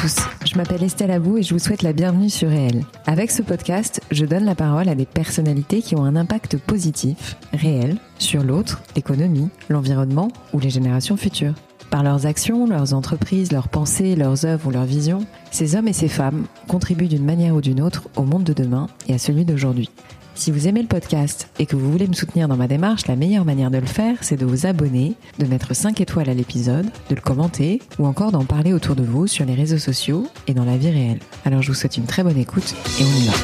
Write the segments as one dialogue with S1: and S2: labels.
S1: tous, je m'appelle Estelle Abou et je vous souhaite la bienvenue sur Réel. Avec ce podcast, je donne la parole à des personnalités qui ont un impact positif, réel, sur l'autre, l'économie, l'environnement ou les générations futures. Par leurs actions, leurs entreprises, leurs pensées, leurs œuvres ou leurs visions, ces hommes et ces femmes contribuent d'une manière ou d'une autre au monde de demain et à celui d'aujourd'hui. Si vous aimez le podcast et que vous voulez me soutenir dans ma démarche, la meilleure manière de le faire, c'est de vous abonner, de mettre 5 étoiles à l'épisode, de le commenter ou encore d'en parler autour de vous sur les réseaux sociaux et dans la vie réelle. Alors je vous souhaite une très bonne écoute et on y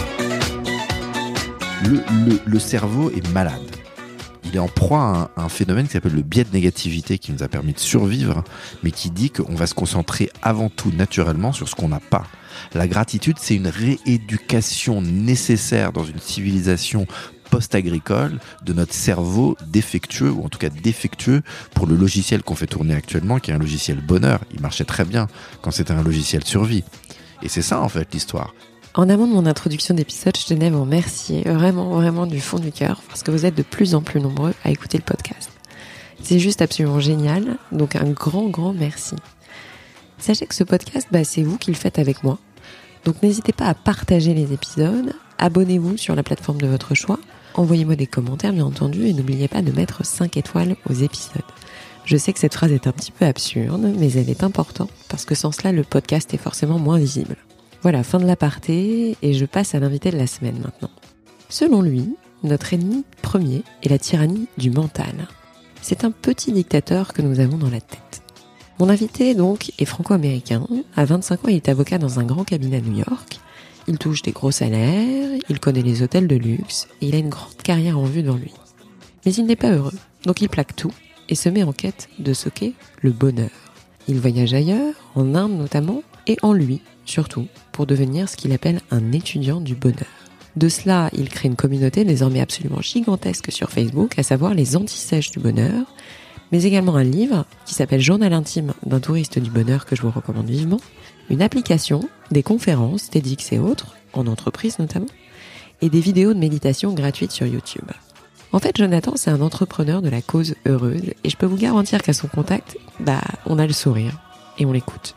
S1: va.
S2: Le cerveau est malade. Il est en proie à un phénomène qui s'appelle le biais de négativité qui nous a permis de survivre, mais qui dit qu'on va se concentrer avant tout naturellement sur ce qu'on n'a pas. La gratitude, c'est une rééducation nécessaire dans une civilisation post-agricole de notre cerveau défectueux, ou en tout cas défectueux pour le logiciel qu'on fait tourner actuellement, qui est un logiciel bonheur. Il marchait très bien quand c'était un logiciel survie. Et c'est ça en fait l'histoire.
S3: En amont de mon introduction d'épisode, je tenais à vous remercier vraiment du fond du cœur parce que vous êtes de plus en plus nombreux à écouter le podcast. C'est juste absolument génial, donc un grand merci. Sachez que ce podcast, c'est vous qui le faites avec moi. Donc n'hésitez pas à partager les épisodes, abonnez-vous sur la plateforme de votre choix, envoyez-moi des commentaires bien entendu et n'oubliez pas de mettre 5 étoiles aux épisodes. Je sais que cette phrase est un petit peu absurde, mais elle est importante parce que sans cela, le podcast est forcément moins visible. Voilà, fin de l'aparté, et je passe à l'invité de la semaine maintenant. Selon lui, notre ennemi premier est la tyrannie du mental. C'est un petit dictateur que nous avons dans la tête. Mon invité, donc, est franco-américain. À 25 ans, il est avocat dans un grand cabinet à New York. Il touche des gros salaires, il connaît les hôtels de luxe, et il a une grande carrière en vue devant lui. Mais il n'est pas heureux, donc il plaque tout, et se met en quête de ce qu'est le bonheur. Il voyage ailleurs, en Inde notamment, et en lui, surtout, pour devenir ce qu'il appelle un étudiant du bonheur. De cela, il crée une communauté désormais absolument gigantesque sur Facebook, à savoir les anti-sèches du bonheur, mais également un livre qui s'appelle Journal intime d'un touriste du bonheur que je vous recommande vivement, une application, des conférences, TEDx et autres, en entreprise notamment, et des vidéos de méditation gratuites sur YouTube. En fait, Jonathan, c'est un entrepreneur de la cause heureuse, et je peux vous garantir qu'à son contact, on a le sourire, et on l'écoute.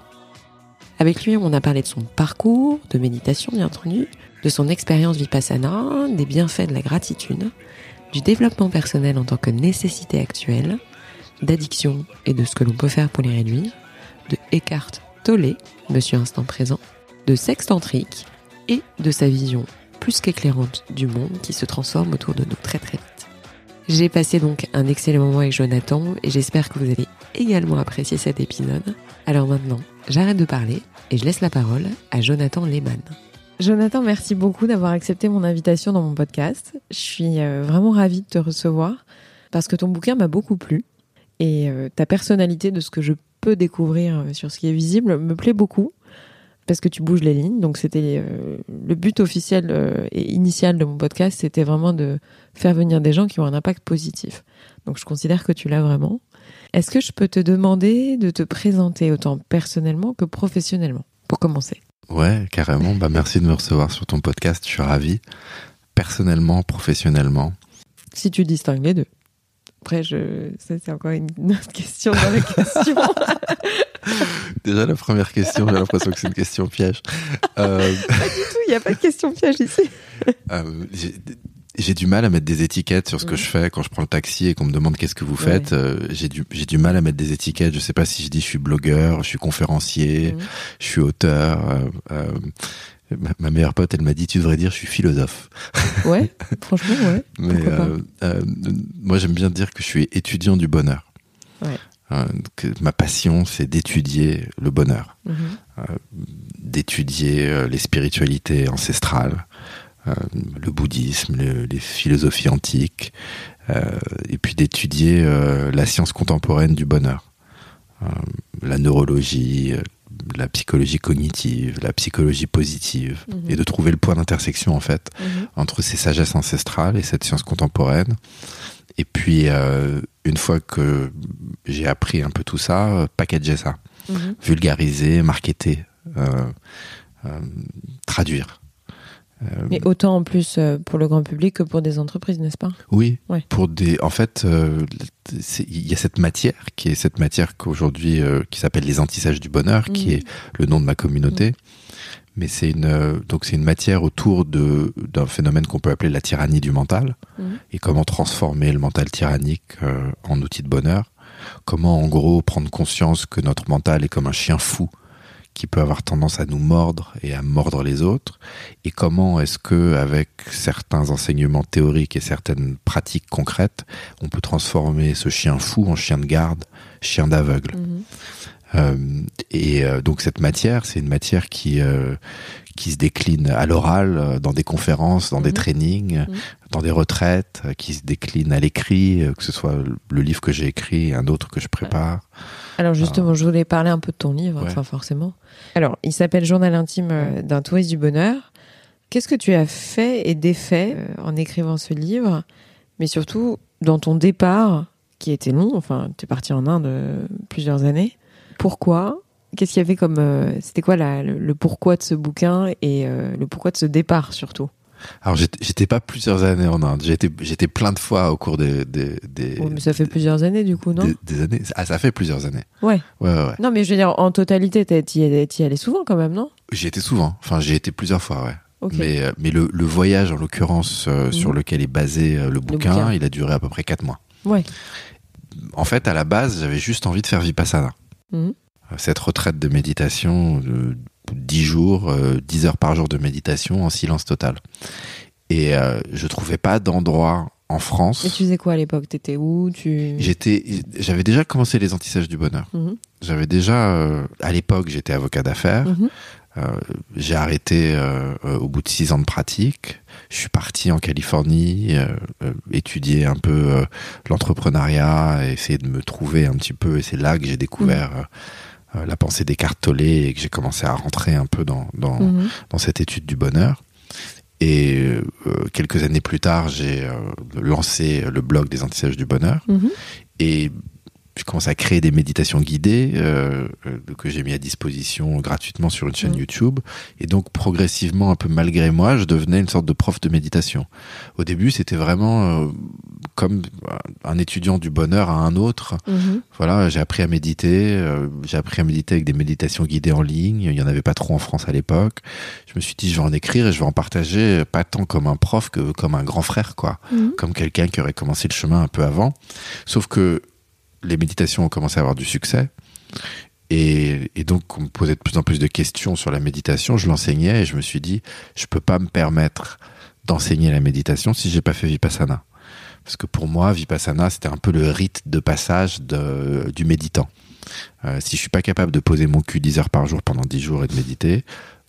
S3: Avec lui, on a parlé de son parcours, de méditation bien entendu, de son expérience Vipassana, des bienfaits de la gratitude, du développement personnel en tant que nécessité actuelle, d'addiction et de ce que l'on peut faire pour les réduire, de Eckhart Tolle, Monsieur Instant Présent, de sexe tantrique et de sa vision plus qu'éclairante du monde qui se transforme autour de nous très vite. J'ai passé donc un excellent moment avec Jonathan et j'espère que vous allez également apprécier cet épisode. Alors maintenant, j'arrête de parler et je laisse la parole à Jonathan Lehmann. Jonathan, merci beaucoup d'avoir accepté mon invitation dans mon podcast. Je suis vraiment ravie de te recevoir parce que ton bouquin m'a beaucoup plu et ta personnalité de ce que je peux découvrir sur ce qui est visible me plaît beaucoup parce que tu bouges les lignes. Donc c'était le but officiel et initial de mon podcast, c'était vraiment de faire venir des gens qui ont un impact positif. Donc je considère que tu l'as vraiment. Est-ce que je peux te demander de te présenter autant personnellement que professionnellement, pour commencer ?
S2: Ouais, carrément. Merci de me recevoir sur ton podcast. Je suis ravi. Personnellement, professionnellement.
S3: Si tu distingues les deux. Après, ça, c'est encore une autre question dans la question.
S2: Déjà, la première question, j'ai l'impression que c'est une question piège.
S3: Pas du tout, il n'y a pas de question piège ici.
S2: J'ai du mal à mettre des étiquettes sur ce que je fais quand je prends le taxi et qu'on me demande qu'est-ce que vous faites. J'ai du mal à mettre des étiquettes. Je sais pas si je dis je suis blogueur, je suis conférencier, je suis auteur. Ma meilleure pote, elle m'a dit tu devrais dire je suis philosophe.
S3: Ouais, franchement, ouais.
S2: Mais moi, j'aime bien dire que je suis étudiant du bonheur.
S3: Ouais.
S2: Ma passion, c'est d'étudier le bonheur, d'étudier les spiritualités ancestrales. Le bouddhisme, les philosophies antiques, et puis d'étudier la science contemporaine du bonheur, la neurologie, la psychologie cognitive, la psychologie positive, et de trouver le point d'intersection en fait entre ces sagesses ancestrales et cette science contemporaine. Et puis une fois que j'ai appris un peu tout ça, packager ça, vulgariser, marketer, traduire.
S3: Mais autant en plus pour le grand public que pour des entreprises, n'est-ce pas?
S2: Oui,
S3: ouais.
S2: En fait, il y a cette matière qu'aujourd'hui qui s'appelle les antissages du bonheur, qui est le nom de ma communauté. Mais c'est une matière autour d'un phénomène qu'on peut appeler la tyrannie du mental, et comment transformer le mental tyrannique en outil de bonheur. Comment, en gros, prendre conscience que notre mental est comme un chien fou qui peut avoir tendance à nous mordre et à mordre les autres, et comment est-ce que, avec certains enseignements théoriques et certaines pratiques concrètes, on peut transformer ce chien fou en chien de garde, chien d'aveugle. Donc cette matière, c'est une matière qui se décline à l'oral, dans des conférences, dans des trainings, dans des retraites, qui se décline à l'écrit, que ce soit le livre que j'ai écrit et un autre que je prépare.
S3: Alors justement, je voulais parler un peu de ton livre, enfin forcément. Alors, il s'appelle Journal intime d'un touriste du bonheur. Qu'est-ce que tu as fait et défait en écrivant ce livre, mais surtout dans ton départ, qui était long, enfin, tu es parti en Inde plusieurs années. Pourquoi ? Qu'est-ce qu'il y avait comme... c'était quoi le pourquoi de ce bouquin et le pourquoi de ce départ surtout ?
S2: Alors j'étais pas plusieurs années en Inde, j'étais plein de fois au cours des
S3: mais ça fait plusieurs années du coup, non ?
S2: Des années. Ah, ça fait plusieurs années.
S3: Ouais.
S2: Non,
S3: mais je veux dire, en totalité, t'y allais souvent quand même, non ?
S2: J'y étais souvent, enfin j'y étais plusieurs fois, ouais.
S3: Okay.
S2: Mais le voyage en l'occurrence sur lequel est basé le bouquin, il a duré à peu près 4 mois.
S3: Ouais.
S2: En fait, à la base, j'avais juste envie de faire Vipassana. Cette retraite de méditation, 10 jours, 10 heures par jour de méditation en silence total. Et je trouvais pas d'endroit en France.
S3: Et tu faisais quoi à l'époque ? T'étais où ?
S2: J'avais déjà commencé les antissages du bonheur. J'avais déjà, à l'époque, j'étais avocat d'affaires. J'ai arrêté au bout de 6 ans de pratique. Je suis parti en Californie étudier un peu l'entrepreneuriat, essayer de me trouver un petit peu. Et c'est là que j'ai découvert la pensée d'Eckhart Tolle et que j'ai commencé à rentrer un peu dans cette étude du bonheur. Et quelques années plus tard, j'ai lancé le blog des antissages du bonheur. Et je commence à créer des méditations guidées que j'ai mis à disposition gratuitement sur une chaîne YouTube. Et donc, progressivement, un peu malgré moi, je devenais une sorte de prof de méditation. Au début, c'était vraiment comme un étudiant du bonheur à un autre. Voilà, j'ai appris à méditer. J'ai appris à méditer avec des méditations guidées en ligne. Il y en avait pas trop en France à l'époque. Je me suis dit, je vais en écrire et je vais en partager, pas tant comme un prof que comme un grand frère, quoi. Comme quelqu'un qui aurait commencé le chemin un peu avant. Sauf que les méditations ont commencé à avoir du succès. Et donc, on me posait de plus en plus de questions sur la méditation. Je l'enseignais et je me suis dit, je peux pas me permettre d'enseigner la méditation si j'ai pas fait Vipassana. Parce que pour moi, Vipassana, c'était un peu le rite de passage du méditant. Si je suis pas capable de poser mon cul 10 heures par jour pendant 10 jours et de méditer,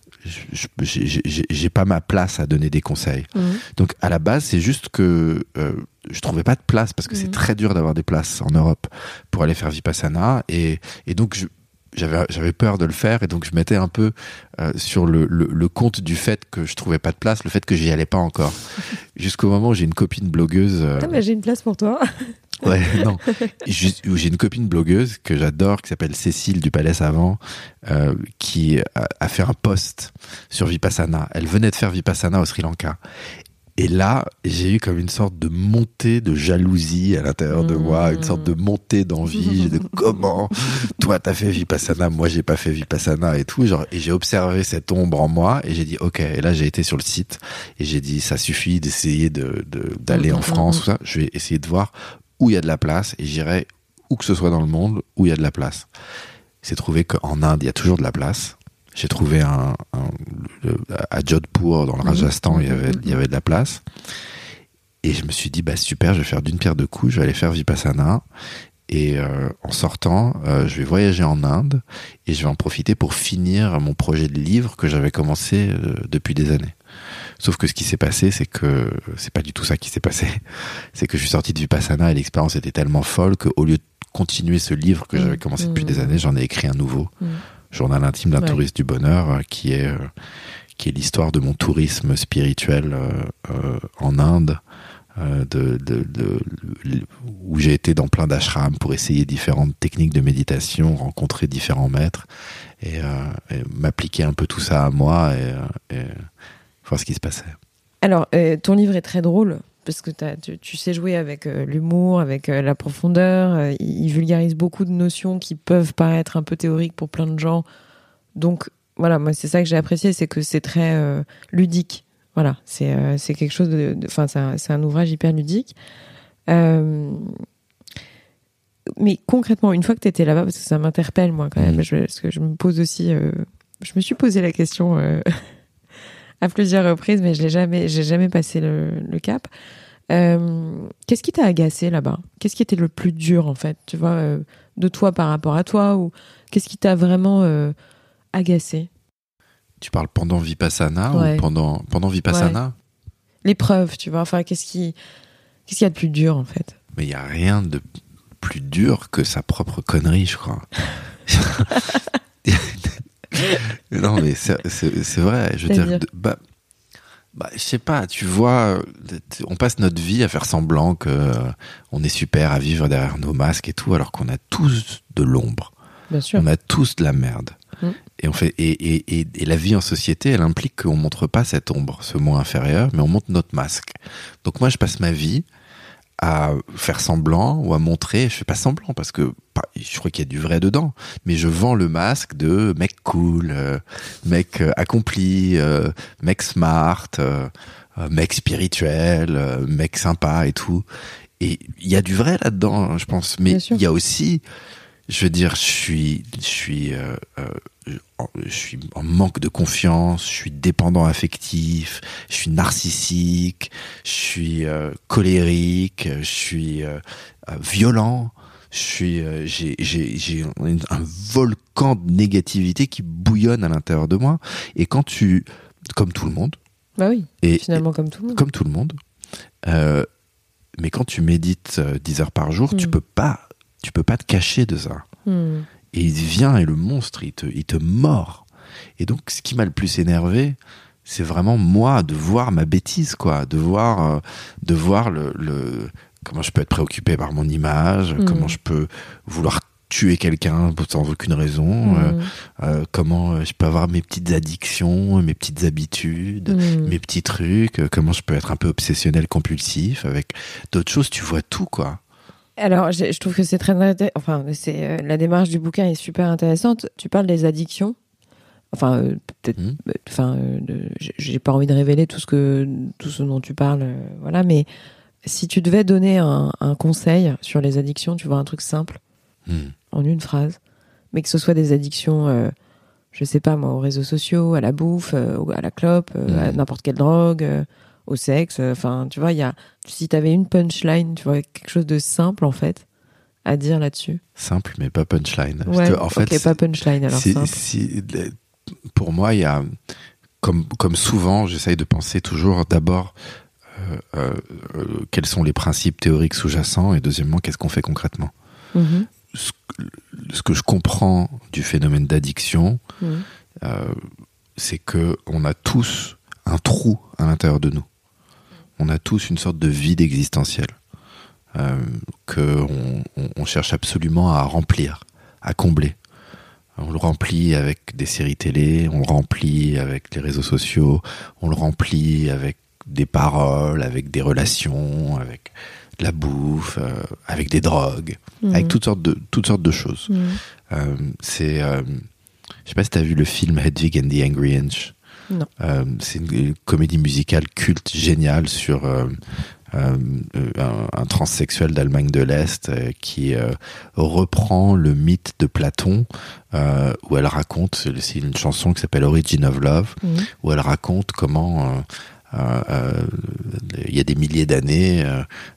S2: j'ai pas ma place à donner des conseils. Donc à la base, c'est juste que je trouvais pas de place parce que c'est très dur d'avoir des places en Europe pour aller faire Vipassana et donc j'avais peur de le faire et donc je mettais un peu sur le compte du fait que je trouvais pas de place, le fait que j'y allais pas encore. Jusqu'au moment où j'ai une copine blogueuse.
S3: J'ai une place pour toi.
S2: Ouais, non. J'ai une copine blogueuse que j'adore, qui s'appelle Cécile du Palais Savant, qui a fait un post sur Vipassana. Elle venait de faire Vipassana au Sri Lanka. Et là, j'ai eu comme une sorte de montée de jalousie à l'intérieur de moi, une sorte de montée d'envie de comment toi t'as fait Vipassana, moi j'ai pas fait Vipassana et tout. Genre, et j'ai observé cette ombre en moi et j'ai dit ok. Et là j'ai été sur le site et j'ai dit ça suffit d'essayer d'aller en France, tout ça. Je vais essayer de voir où il y a de la place et j'irai où que ce soit dans le monde où il y a de la place. C'est trouvé qu'en Inde il y a toujours de la place. J'ai trouvé à Jodhpur, dans le Rajasthan, il y avait de la place. Et je me suis dit, bah super, je vais faire d'une pierre deux coups, je vais aller faire Vipassana. Et en sortant, je vais voyager en Inde et je vais en profiter pour finir mon projet de livre que j'avais commencé depuis des années. Sauf que ce qui s'est passé, c'est que c'est pas du tout ça qui s'est passé. C'est que je suis sorti de Vipassana et l'expérience était tellement folle qu'au lieu de continuer ce livre que j'avais commencé depuis des années, j'en ai écrit un nouveau. Journal intime d'un touriste du bonheur, qui est l'histoire de mon tourisme spirituel en Inde, où j'ai été dans plein d'ashrams pour essayer différentes techniques de méditation, rencontrer différents maîtres et m'appliquer un peu tout ça à moi voir ce qui se passait.
S1: Alors, ton livre est très drôle, parce que tu sais jouer avec l'humour, avec la profondeur. Il vulgarise beaucoup de notions qui peuvent paraître un peu théoriques pour plein de gens. Donc, voilà, moi, c'est ça que j'ai apprécié, c'est que c'est très ludique. Voilà, c'est quelque chose enfin, c'est un ouvrage hyper ludique. Mais concrètement, une fois que tu étais là-bas, parce que ça m'interpelle, moi, quand même, parce que je me pose aussi... je me suis posé la question à plusieurs reprises, mais j'ai jamais passé le cap. Qu'est-ce qui t'a agacé là-bas ? Qu'est-ce qui était le plus dur, en fait, tu vois, de toi par rapport à toi, ou qu'est-ce qui t'a vraiment agacé ?
S2: Tu parles pendant Vipassana
S1: Ouais.
S2: ou pendant Vipassana ?
S1: Ouais. L'épreuve, tu vois, enfin, qu'est-ce qu'il y a de plus dur, en fait ?
S2: Mais il n'y a rien de plus dur que sa propre connerie, je crois. Non, mais c'est vrai. Je veux dire, je sais pas, tu vois, on passe notre vie à faire semblant que on est super à vivre derrière nos masques et tout, alors qu'on a tous de l'ombre.
S1: Bien sûr.
S2: On a tous de la merde. Et on fait et la vie en société, elle implique qu'on montre pas cette ombre, ce moi inférieur, mais on montre notre masque. Donc moi, je passe ma vie à faire semblant ou à montrer. Je fais pas semblant parce que je crois qu'il y a du vrai dedans, mais je vends le masque de mec cool, mec accompli, mec smart, mec spirituel, mec sympa et tout. Et il y a du vrai là-dedans, je pense. Mais il y a aussi, je veux dire, je suis en manque de confiance, je suis dépendant affectif, je suis narcissique, je suis colérique, je suis violent, j'ai un volcan de négativité qui bouillonne à l'intérieur de moi. Et quand comme tout le monde,
S1: bah oui, finalement comme tout le monde.
S2: Comme tout le monde, mais quand tu médites 10 heures par jour, tu peux pas te cacher de ça. Et il vient et le monstre, il te mord. Et donc, ce qui m'a le plus énervé, c'est vraiment moi, de voir ma bêtise, quoi. De voir comment je peux être préoccupé par mon image, comment je peux vouloir tuer quelqu'un sans aucune raison, comment je peux avoir mes petites addictions, mes petites habitudes, mes petits trucs, comment je peux être un peu obsessionnel, compulsif, avec d'autres choses, tu vois tout, quoi.
S1: Alors, je trouve que c'est très... Enfin, la démarche du bouquin est super intéressante. Tu parles des addictions. Enfin, peut-être... Enfin, j'ai pas envie de révéler tout ce dont tu parles, voilà. Mais si tu devais donner un conseil sur les addictions, tu vois, un truc simple, en une phrase, mais que ce soit des addictions, je sais pas moi, aux réseaux sociaux, à la bouffe, à la clope, à n'importe quelle drogue... au sexe, enfin, tu vois, si t'avais une punchline, tu vois, quelque chose de simple, en fait, à dire là-dessus.
S2: Simple, mais pas punchline.
S1: Ouais, en fait, pas punchline, alors simple.
S2: Pour moi, il y a, comme souvent, j'essaye de penser toujours, d'abord, quels sont les principes théoriques sous-jacents, et deuxièmement, qu'est-ce qu'on fait concrètement. Ce que je comprends du phénomène d'addiction, c'est que on a tous un trou à l'intérieur de nous. On a tous une sorte de vide existentiel qu'on cherche absolument à remplir, à combler. On le remplit avec des séries télé, on le remplit avec les réseaux sociaux, on le remplit avec des paroles, avec des relations, avec de la bouffe, avec des drogues, avec toutes sortes de choses. Je sais pas si tu as vu le film Hedwig and the Angry Inch.
S1: Non.
S2: C'est une comédie musicale culte géniale sur un transsexuel d'Allemagne de l'Est qui reprend le mythe de Platon, où elle raconte, c'est une chanson qui s'appelle Origin of Love, où elle raconte comment il y a des milliers d'années,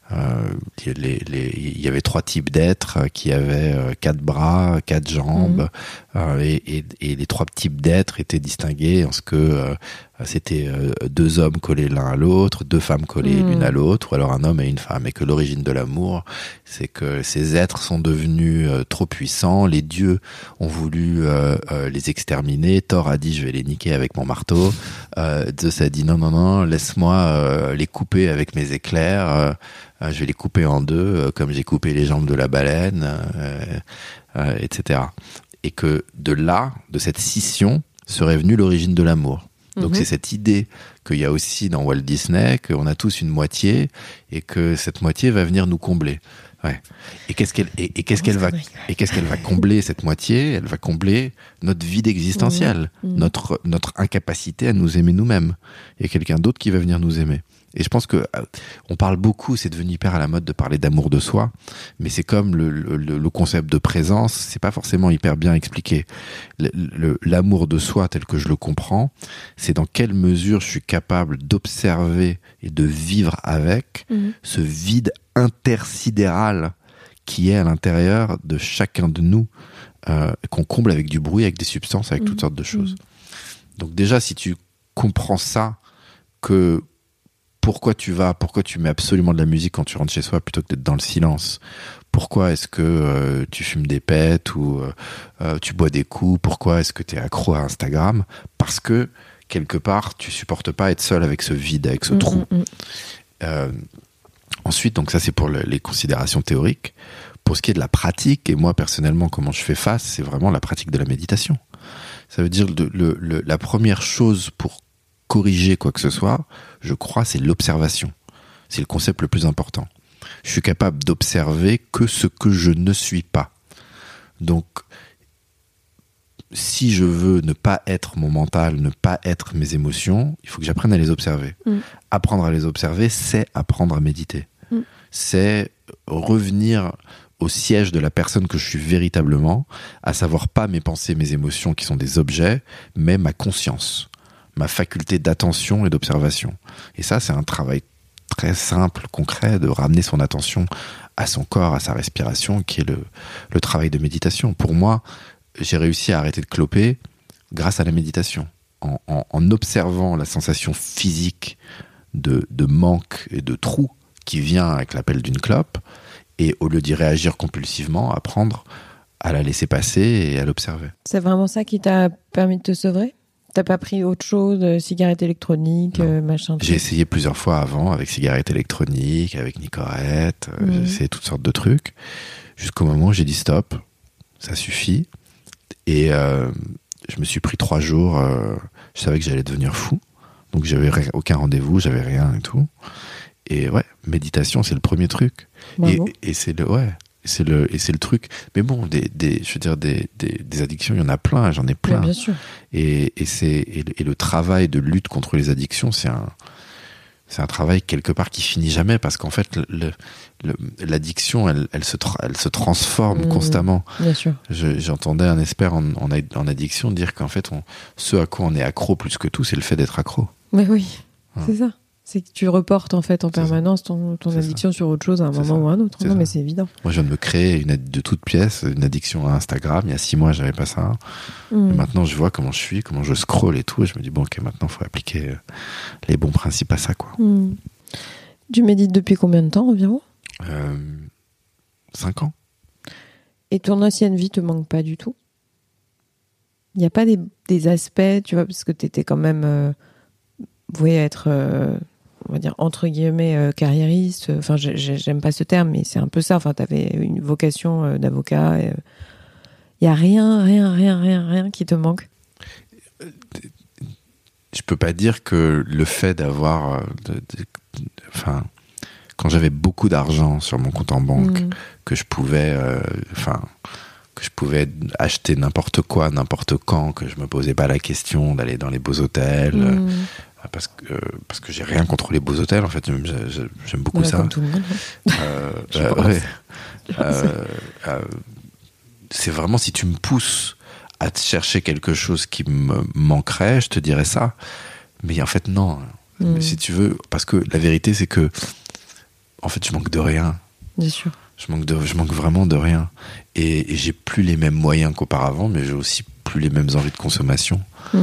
S2: il y avait 3 types d'êtres qui avaient 4 bras, 4 jambes, et les 3 types d'êtres étaient distingués en ce que c'était 2 hommes collés l'un à l'autre, 2 femmes collées l'une à l'autre, ou alors un homme et une femme, et que l'origine de l'amour, c'est que ces êtres sont devenus trop puissants, les dieux ont voulu les exterminer, Thor a dit je vais les niquer avec mon marteau, Zeus a dit non, laisse-moi les couper avec mes éclairs, je vais les couper en 2 comme j'ai coupé les jambes de la baleine, etc. Et que de cette scission serait venue l'origine de l'amour. Donc c'est cette idée qu'il y a aussi dans Walt Disney, qu'on a tous une moitié et que cette moitié va venir nous combler. Ouais. Et qu'est-ce qu'elle va combler, cette moitié? Elle va combler notre vide existentiel, notre incapacité à nous aimer nous-mêmes. Il y a quelqu'un d'autre qui va venir nous aimer. Et je pense que on parle beaucoup, c'est devenu hyper à la mode de parler d'amour de soi, mais c'est comme le concept de présence, c'est pas forcément hyper bien expliqué. L'amour de soi tel que je le comprends, c'est dans quelle mesure je suis capable d'observer et de vivre avec ce vide intersidéral qui est à l'intérieur de chacun de nous, qu'on comble avec du bruit, avec des substances, avec toutes sortes de choses. Donc déjà, si tu comprends ça, que pourquoi tu mets absolument de la musique quand tu rentres chez soi plutôt que d'être dans le silence? Pourquoi est-ce que tu fumes des pets ou tu bois des coups? Pourquoi est-ce que tu es accro à Instagram? Parce que, quelque part, tu supportes pas être seul avec ce vide, avec ce trou. Ensuite, donc ça c'est pour les considérations théoriques. Pour ce qui est de la pratique, et moi personnellement, comment je fais face, c'est vraiment la pratique de la méditation. Ça veut dire la première chose pour corriger quoi que ce soit, je crois, c'est l'observation. C'est le concept le plus important. Je suis capable d'observer que ce que je ne suis pas. Donc, si je veux ne pas être mon mental, ne pas être mes émotions, il faut que j'apprenne à les observer. Apprendre à les observer, c'est apprendre à méditer. C'est revenir au siège de la personne que je suis véritablement, à savoir pas mes pensées, mes émotions qui sont des objets, mais ma conscience, ma faculté d'attention et d'observation. Et ça, c'est un travail très simple, concret, de ramener son attention à son corps, à sa respiration, qui est le travail de méditation. Pour moi, j'ai réussi à arrêter de cloper grâce à la méditation. En observant la sensation physique de manque et de trou qui vient avec l'appel d'une clope, et au lieu d'y réagir compulsivement, apprendre à la laisser passer et à l'observer.
S3: C'est vraiment ça qui t'a permis de te sevrer? T'as pas pris autre chose, cigarette électronique, machin?
S2: J'ai essayé plusieurs fois avant, avec cigarette électronique, avec Nicorette, j'ai essayé toutes sortes de trucs, jusqu'au moment où j'ai dit stop, ça suffit. Et je me suis pris 3 jours, je savais que j'allais devenir fou, donc j'avais aucun rendez-vous, j'avais rien et tout. Et ouais, méditation, c'est le premier truc. Et c'est le truc. Mais bon, je veux dire, des addictions, il y en a plein, j'en ai plein.
S3: Bien sûr.
S2: Et le travail de lutte contre les addictions, c'est un travail quelque part qui finit jamais, parce qu'en fait, l'addiction, elle se transforme constamment.
S3: Bien sûr.
S2: J'entendais un expert en addiction dire qu'en fait, ce à quoi on est accro plus que tout, c'est le fait d'être accro.
S3: Mais oui, c'est ça. C'est que tu reportes en fait en permanence ton addiction sur autre chose à un moment ou à un autre. Non, mais c'est évident.
S2: Moi, je viens de me créer de toutes pièces une addiction à Instagram. Il y a 6 mois, j'avais pas ça. Et maintenant, je vois comment je suis, comment je scrolle et tout. Et je me dis, bon, ok, maintenant, il faut appliquer les bons principes à ça, quoi.
S3: Tu médites depuis combien de temps environ?
S2: 5 ans.
S3: Et ton ancienne vie te manque pas du tout? Il n'y a pas des aspects, tu vois, parce que tu étais quand même voué être, on va dire, entre guillemets, carriériste. Enfin, j'aime pas ce terme, mais c'est un peu ça. Enfin, tu avais une vocation d'avocat. Il n'y a rien qui te manque?
S2: Je peux pas dire que le fait d'avoir... Enfin, quand j'avais beaucoup d'argent sur mon compte en banque, que je pouvais acheter n'importe quoi, n'importe quand, que je me posais pas la question d'aller dans les beaux hôtels, parce que j'ai rien contre les beaux hôtels, en fait, j'aime beaucoup ça.
S3: Comme tout le monde.
S2: C'est vraiment, si tu me pousses à te chercher quelque chose qui me manquerait, je te dirais ça. Mais en fait, non. Mais si tu veux, parce que la vérité, c'est que, en fait, je manque de rien.
S3: Bien sûr.
S2: Je manque vraiment de rien. Et j'ai plus les mêmes moyens qu'auparavant, mais j'ai aussi plus les mêmes envies de consommation.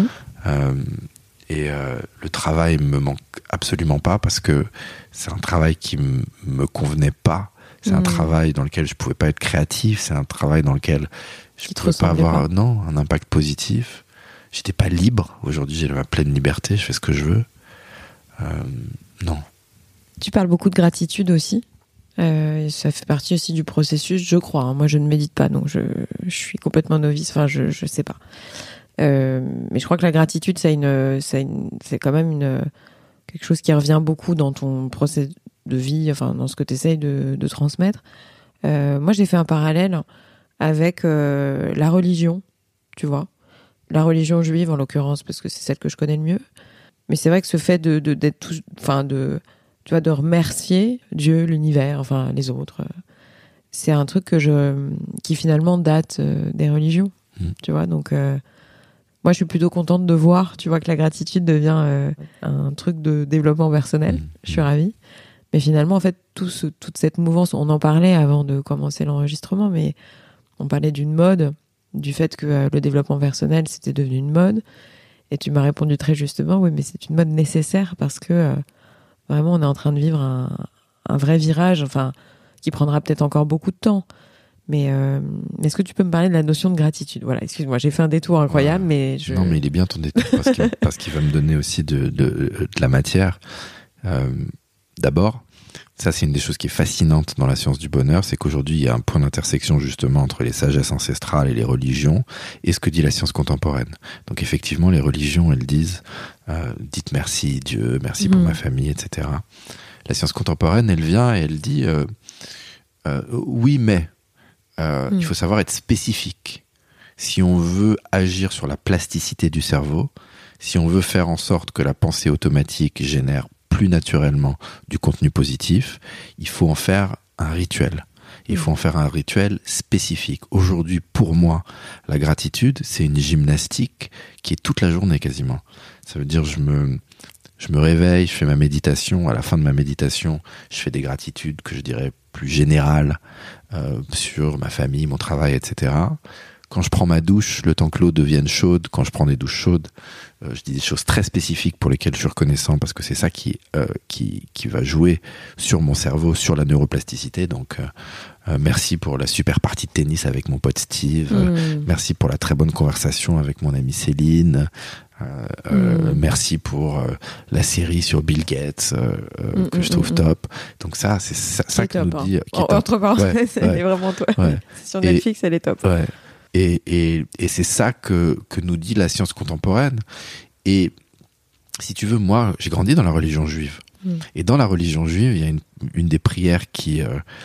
S2: Le travail me manque absolument pas, parce que c'est un travail qui me convenait pas. C'est un travail dans lequel je pouvais pas être créatif. C'est un travail dans lequel je pouvais pas avoir un impact positif. J'étais pas libre. Aujourd'hui, j'ai ma pleine liberté. Je fais ce que je veux. Non.
S3: Tu parles beaucoup de gratitude aussi. Ça fait partie aussi du processus, je crois. Moi, je ne médite pas, donc je suis complètement novice. Enfin, je sais pas. Mais je crois que la gratitude, c'est quand même quelque chose qui revient beaucoup dans ton procès de vie, enfin dans ce que tu essayes de transmettre. Moi, j'ai fait un parallèle avec la religion, tu vois. La religion juive, en l'occurrence, parce que c'est celle que je connais le mieux. Mais c'est vrai que ce fait d'être tout, enfin tu vois, de remercier Dieu, l'univers, enfin les autres, c'est un truc qui finalement date des religions, tu vois. Donc moi, je suis plutôt contente de voir, tu vois, que la gratitude devient un truc de développement personnel. Je suis ravie. Mais finalement, en fait, toute cette mouvance, on en parlait avant de commencer l'enregistrement, mais on parlait d'une mode, du fait que le développement personnel, c'était devenu une mode. Et tu m'as répondu très justement, oui, mais c'est une mode nécessaire parce que vraiment, on est en train de vivre un vrai virage, enfin, qui prendra peut-être encore beaucoup de temps. Mais est-ce que tu peux me parler de la notion de gratitude ? Voilà, excuse-moi, j'ai fait un détour incroyable, mais
S2: Non, mais il est bien ton détour parce qu'il va me donner aussi de la matière. D'abord, ça c'est une des choses qui est fascinante dans la science du bonheur, c'est qu'aujourd'hui il y a un point d'intersection justement entre les sagesses ancestrales et les religions et ce que dit la science contemporaine. Donc effectivement les religions elles disent dites merci Dieu, merci pour ma famille, etc. La science contemporaine elle vient et elle dit oui mais il faut savoir être spécifique. Si on veut agir sur la plasticité du cerveau, si on veut faire en sorte que la pensée automatique génère plus naturellement du contenu positif, il faut en faire un rituel. Il faut en faire un rituel spécifique. Aujourd'hui, pour moi, la gratitude, c'est une gymnastique qui est toute la journée quasiment. Ça veut dire je me réveille, je fais ma méditation. À la fin de ma méditation, je fais des gratitudes que je dirais plus générales sur ma famille, mon travail, etc. Quand je prends ma douche, le temps que l'eau devienne chaude, quand je prends des douches chaudes, je dis des choses très spécifiques pour lesquelles je suis reconnaissant parce que c'est ça qui va jouer sur mon cerveau, sur la neuroplasticité. Donc, merci pour la super partie de tennis avec mon pote Steve. Merci pour la très bonne conversation avec mon amie Céline. Merci pour la série sur Bill Gates que je trouve top. Donc ça, c'est ça que nous dit.
S3: Entre parenthèses, elle est vraiment toi. Ouais. Sur Netflix, elle est top.
S2: Ouais. Et c'est ça que nous dit la science contemporaine. Et si tu veux, moi, j'ai grandi dans la religion juive. Et dans la religion juive, il y a une des prières qui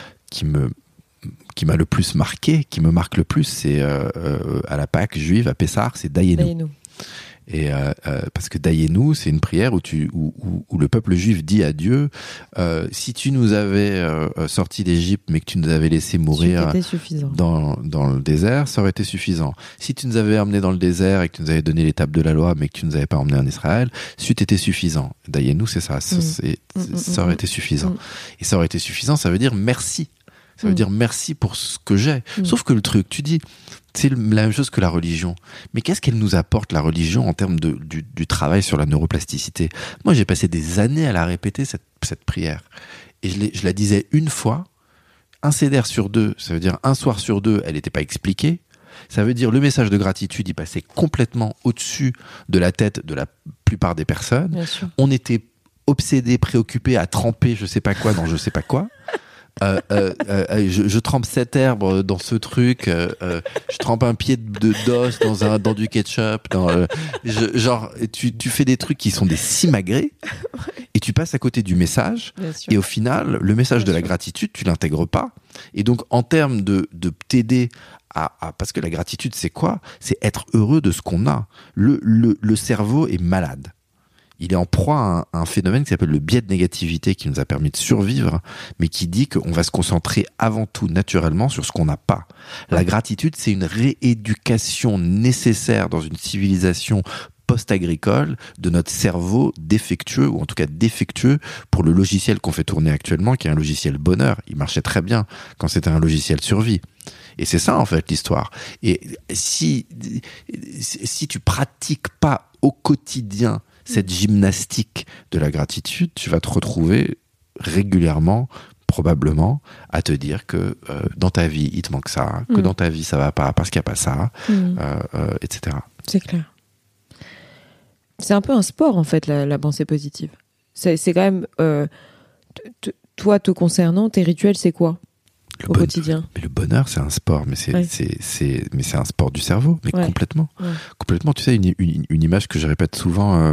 S2: m'a le plus marqué, qui me marque le plus, c'est à la Pâque juive, à Pessah, c'est Dayenu. Et parce que Dayenu, c'est une prière où le peuple juif dit à Dieu si tu nous avais sortis d'Égypte mais que tu nous avais laissé mourir dans le désert, ça aurait été suffisant. Si tu nous avais emmenés dans le désert et que tu nous avais donné les tables de la loi mais que tu nous avais pas emmenés en Israël, c'eût été suffisant. Dayenu, c'est ça. Ça aurait été suffisant. Et ça aurait été suffisant, ça veut dire merci. Ça veut dire merci pour ce que j'ai. Sauf que le truc, tu dis, c'est la même chose que la religion. Mais qu'est-ce qu'elle nous apporte, la religion, en termes du travail sur la neuroplasticité ? Moi, j'ai passé des années à la répéter, cette prière. Et je la disais une fois, un CDR sur deux, ça veut dire un soir sur deux, elle n'était pas expliquée. Ça veut dire le message de gratitude, il passait complètement au-dessus de la tête de la plupart des personnes. On était obsédés, préoccupés à tremper je sais pas quoi dans je sais pas quoi. Je trempe cette herbe dans ce truc, je trempe un pied d'os dans du ketchup, tu fais des trucs qui sont des simagrées et tu passes à côté du message et au final le message de la gratitude tu l'intègres pas et donc en termes de t'aider parce que la gratitude c'est quoi ? C'est être heureux de ce qu'on a. Le cerveau est malade. Il est en proie à un phénomène qui s'appelle le biais de négativité qui nous a permis de survivre, mais qui dit qu'on va se concentrer avant tout naturellement sur ce qu'on n'a pas. La gratitude, c'est une rééducation nécessaire dans une civilisation post-agricole de notre cerveau défectueux, ou en tout cas défectueux pour le logiciel qu'on fait tourner actuellement, qui est un logiciel bonheur. Il marchait très bien quand c'était un logiciel survie. Et c'est ça, en fait, l'histoire. Et si tu pratiques pas au quotidien cette gymnastique de la gratitude, tu vas te retrouver régulièrement, probablement, à te dire que dans ta vie, il te manque ça, que dans ta vie, ça va pas parce qu'il n'y a pas ça, etc.
S3: C'est clair. C'est un peu un sport, en fait, la pensée positive. C'est quand même... toi, te concernant, tes rituels, c'est quoi ? au quotidien.
S2: Mais le bonheur, c'est un sport, mais c'est un sport du cerveau, mais complètement. Ouais. Complètement. Tu sais, une image que je répète souvent,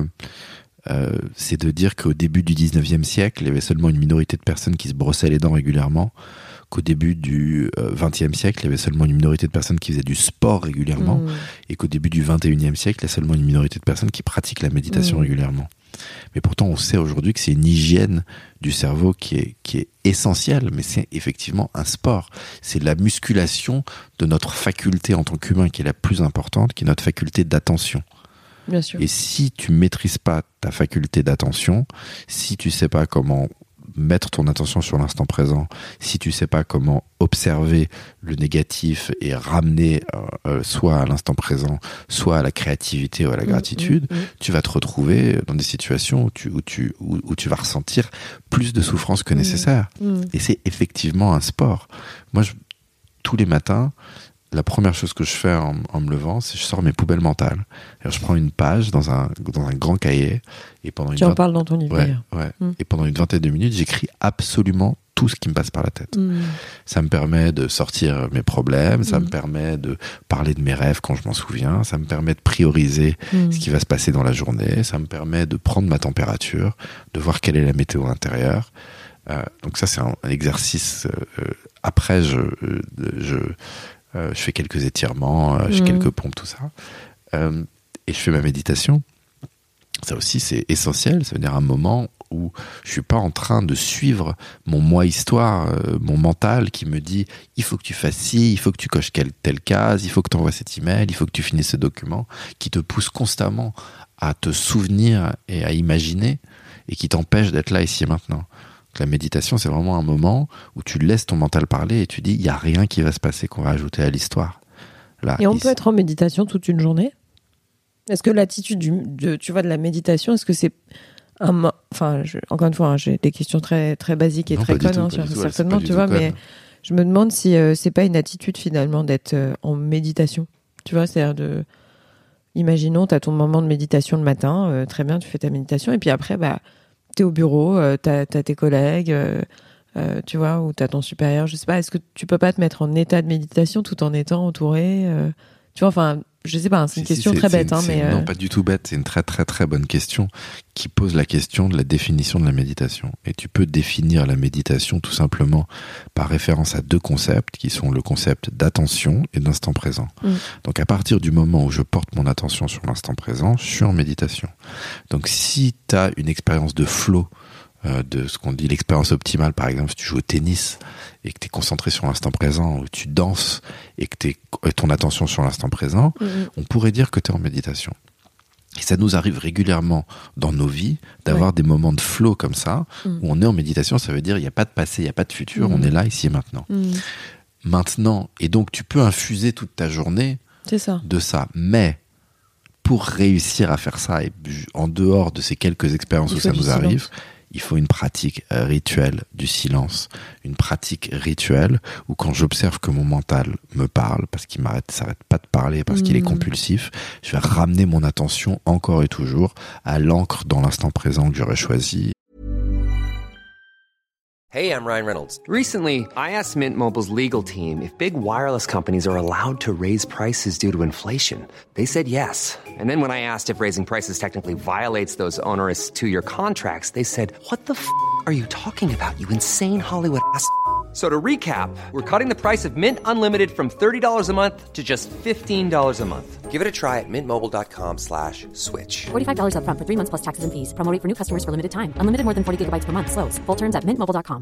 S2: c'est de dire qu'au début du 19e siècle, il y avait seulement une minorité de personnes qui se brossaient les dents régulièrement, qu'au début du 20e siècle, il y avait seulement une minorité de personnes qui faisaient du sport régulièrement, et qu'au début du 21e siècle, il y a seulement une minorité de personnes qui pratiquent la méditation régulièrement. Mais pourtant, on sait aujourd'hui que c'est une hygiène du cerveau qui est essentielle, mais c'est effectivement un sport. C'est la musculation de notre faculté en tant qu'humain qui est la plus importante, qui est notre faculté d'attention.
S3: Bien sûr.
S2: Et si tu maîtrises pas ta faculté d'attention, si tu sais pas comment mettre ton attention sur l'instant présent, si tu sais pas comment observer le négatif et ramener soit à l'instant présent, soit à la créativité ou à la gratitude, tu vas te retrouver dans des situations où tu vas ressentir plus de souffrance que nécessaire. Et c'est effectivement un sport. Moi, tous les matins, la première chose que je fais en me levant, c'est que je sors mes poubelles mentales. Alors, je prends une page dans un grand cahier et pendant
S3: tu en parles dans ton livre.
S2: Ouais. Et pendant une vingtaine de minutes, j'écris absolument tout ce qui me passe par la tête. Ça me permet de sortir mes problèmes, ça me permet de parler de mes rêves quand je m'en souviens, ça me permet de prioriser ce qui va se passer dans la journée, ça me permet de prendre ma température, de voir quelle est la météo intérieure. Donc ça, c'est un exercice. Après, je fais quelques étirements, je fais quelques pompes, tout ça. Et je fais ma méditation. Ça aussi, c'est essentiel. Ça veut dire un moment où je suis pas en train de suivre mon moi histoire, mon mental qui me dit il faut que tu fasses ci, il faut que tu coches telle case, il faut que tu envoies cet email, il faut que tu finisses ce document, qui te pousse constamment à te souvenir et à imaginer et qui t'empêche d'être là ici et maintenant. La méditation, c'est vraiment un moment où tu laisses ton mental parler et tu dis, il n'y a rien qui va se passer qu'on va ajouter à l'histoire. Là,
S3: et on peut être en méditation toute une journée ? Est-ce que l'attitude de la méditation, est-ce que c'est encore une fois, j'ai des questions très, très basiques et très connes, certainement, tu vois, mais je me demande si c'est pas une attitude finalement d'être en méditation. Tu vois, c'est-à-dire imaginons, tu as ton moment de méditation le matin, très bien, tu fais ta méditation, et puis après, t'es au bureau, t'as tes collègues, tu vois, ou t'as ton supérieur, je sais pas, est-ce que tu peux pas te mettre en état de méditation tout en étant entouré tu vois, enfin, je sais pas, c'est une question très bête.
S2: Non, pas du tout bête, c'est une très très très bonne question qui pose la question de la définition de la méditation. Et tu peux définir la méditation tout simplement par référence à deux concepts qui sont le concept d'attention et d'instant présent. Donc à partir du moment où je porte mon attention sur l'instant présent, je suis en méditation. Donc si tu as une expérience de flow, de ce qu'on dit l'expérience optimale, par exemple, si tu joues au tennis et que tu es concentré sur l'instant présent, ou tu danses et que ton attention sur l'instant présent, on pourrait dire que tu es en méditation. Et ça nous arrive régulièrement dans nos vies d'avoir des moments de flow comme ça, où on est en méditation, ça veut dire il n'y a pas de passé, il n'y a pas de futur, on est là, ici et maintenant. Maintenant, et donc tu peux infuser toute ta journée de ça, mais pour réussir à faire ça, et en dehors de ces quelques expériences où ça nous arrive, il faut une pratique rituelle du silence, une pratique rituelle où quand j'observe que mon mental me parle, parce qu'il s'arrête pas de parler, parce qu'il est compulsif, je vais ramener mon attention encore et toujours à l'encre dans l'instant présent que j'aurais choisi.
S4: Hey, I'm Ryan Reynolds. Recently, I asked Mint Mobile's legal team if big wireless companies are allowed to raise prices due to inflation. They said yes. And then when I asked if raising prices technically violates those onerous 2-year contracts, they said, what the f*** are you talking about, you insane Hollywood ass f- So to recap, we're cutting the price of Mint Unlimited from $30 a month to just $15 a month. Give it a try at mintmobile.com/switch.
S5: $45 up front for 3 months plus taxes and fees. Promo rate for new customers for limited time. Unlimited more than 40 gigabytes per month. Slows full terms at mintmobile.com.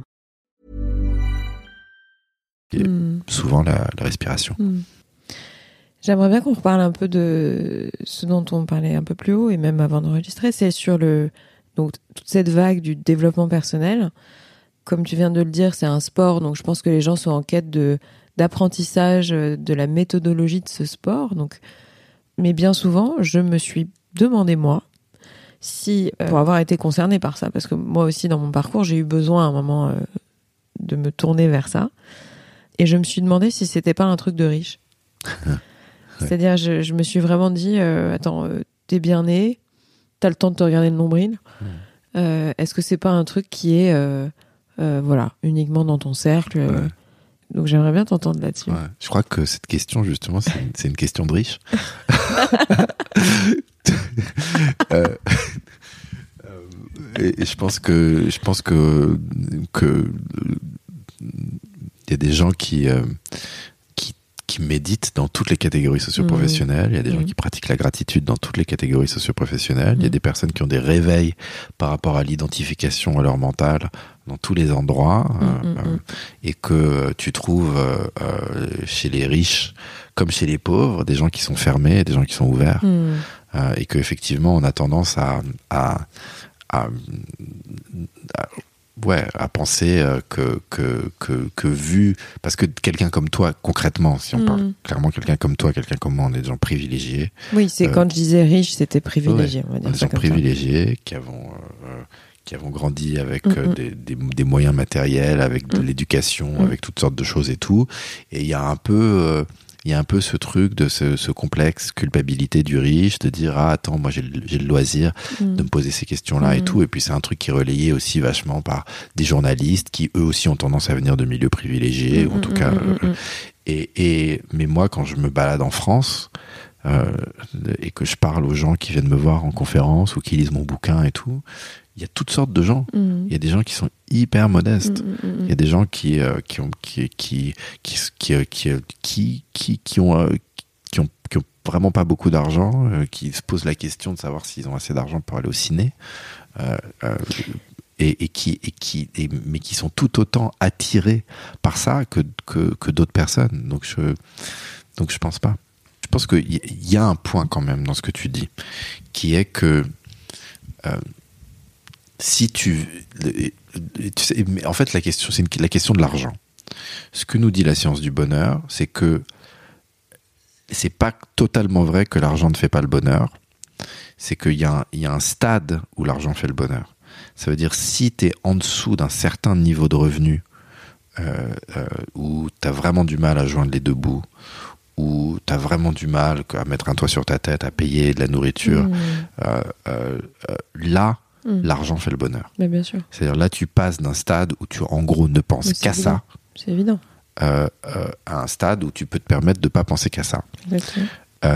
S2: Souvent la respiration.
S3: J'aimerais bien qu'on reparle un peu de ce dont on parlait un peu plus haut et même avant d'enregistrer, c'est sur donc toute cette vague du développement personnel. Comme tu viens de le dire, c'est un sport, donc je pense que les gens sont en quête d'apprentissage de la méthodologie de ce sport. Donc, mais bien souvent, je me suis demandé moi si pour avoir été concernée par ça, parce que moi aussi dans mon parcours, j'ai eu besoin à un moment de me tourner vers ça, et je me suis demandé si c'était pas un truc de riche. C'est-à-dire, je me suis vraiment dit, attends, t'es bien né, t'as le temps de te regarder le nombril. Est-ce que c'est pas un truc qui est, uniquement dans ton cercle Donc j'aimerais bien t'entendre là-dessus.
S2: Ouais. Je crois que cette question, justement, c'est une question de riche. Et je pense que il y a des gens qui méditent dans toutes les catégories socio-professionnelles. Il y a des gens qui pratiquent la gratitude dans toutes les catégories socio-professionnelles. Il y a des personnes qui ont des réveils par rapport à l'identification à leur mental dans tous les endroits, et que tu trouves chez les riches comme chez les pauvres des gens qui sont fermés et des gens qui sont ouverts, et que effectivement on a tendance à penser que vu, parce que quelqu'un comme toi, concrètement, si on parle clairement, quelqu'un comme toi, quelqu'un comme moi, on est des gens privilégiés.
S3: Oui, c'est quand je disais riche, c'était privilégié.
S2: Ouais,
S3: on va dire
S2: on est des
S3: ça
S2: gens
S3: comme
S2: privilégiés qui avons grandi avec des moyens matériels, avec de l'éducation, avec toutes sortes de choses et tout. Et il y a un peu ce truc de ce complexe culpabilité du riche, de dire attends, moi j'ai le loisir de me poser ces questions-là et tout. Et puis c'est un truc qui est relayé aussi vachement par des journalistes qui eux aussi ont tendance à venir de milieux privilégiés, ou en tout cas. Mais moi, quand je me balade en France et que je parle aux gens qui viennent me voir en conférence ou qui lisent mon bouquin et tout, il y a toutes sortes de gens. Il y a des gens qui sont hyper modestes. Il y a des gens qui ont vraiment pas beaucoup d'argent, qui se posent la question de savoir s'ils ont assez d'argent pour aller au ciné, mais qui sont tout autant attirés par ça que d'autres personnes. Donc je pense pas. Je pense qu'il y a un point quand même dans ce que tu dis, qui est que si tu sais, mais en fait la question, c'est la question de l'argent. Ce que nous dit la science du bonheur, c'est que c'est pas totalement vrai que l'argent ne fait pas le bonheur. C'est qu'il y a un stade où l'argent fait le bonheur. Ça veut dire, si t'es en dessous d'un certain niveau de revenu, où t'as vraiment du mal à joindre les deux bouts, où t'as vraiment du mal à mettre un toit sur ta tête, à payer de la nourriture, là, l'argent fait le bonheur.
S3: Mais bien sûr.
S2: C'est-à-dire, là, tu passes d'un stade où tu, en gros, ne penses qu'à ça.
S3: C'est évident.
S2: À un stade où tu peux te permettre de pas penser qu'à ça.
S3: Exactement.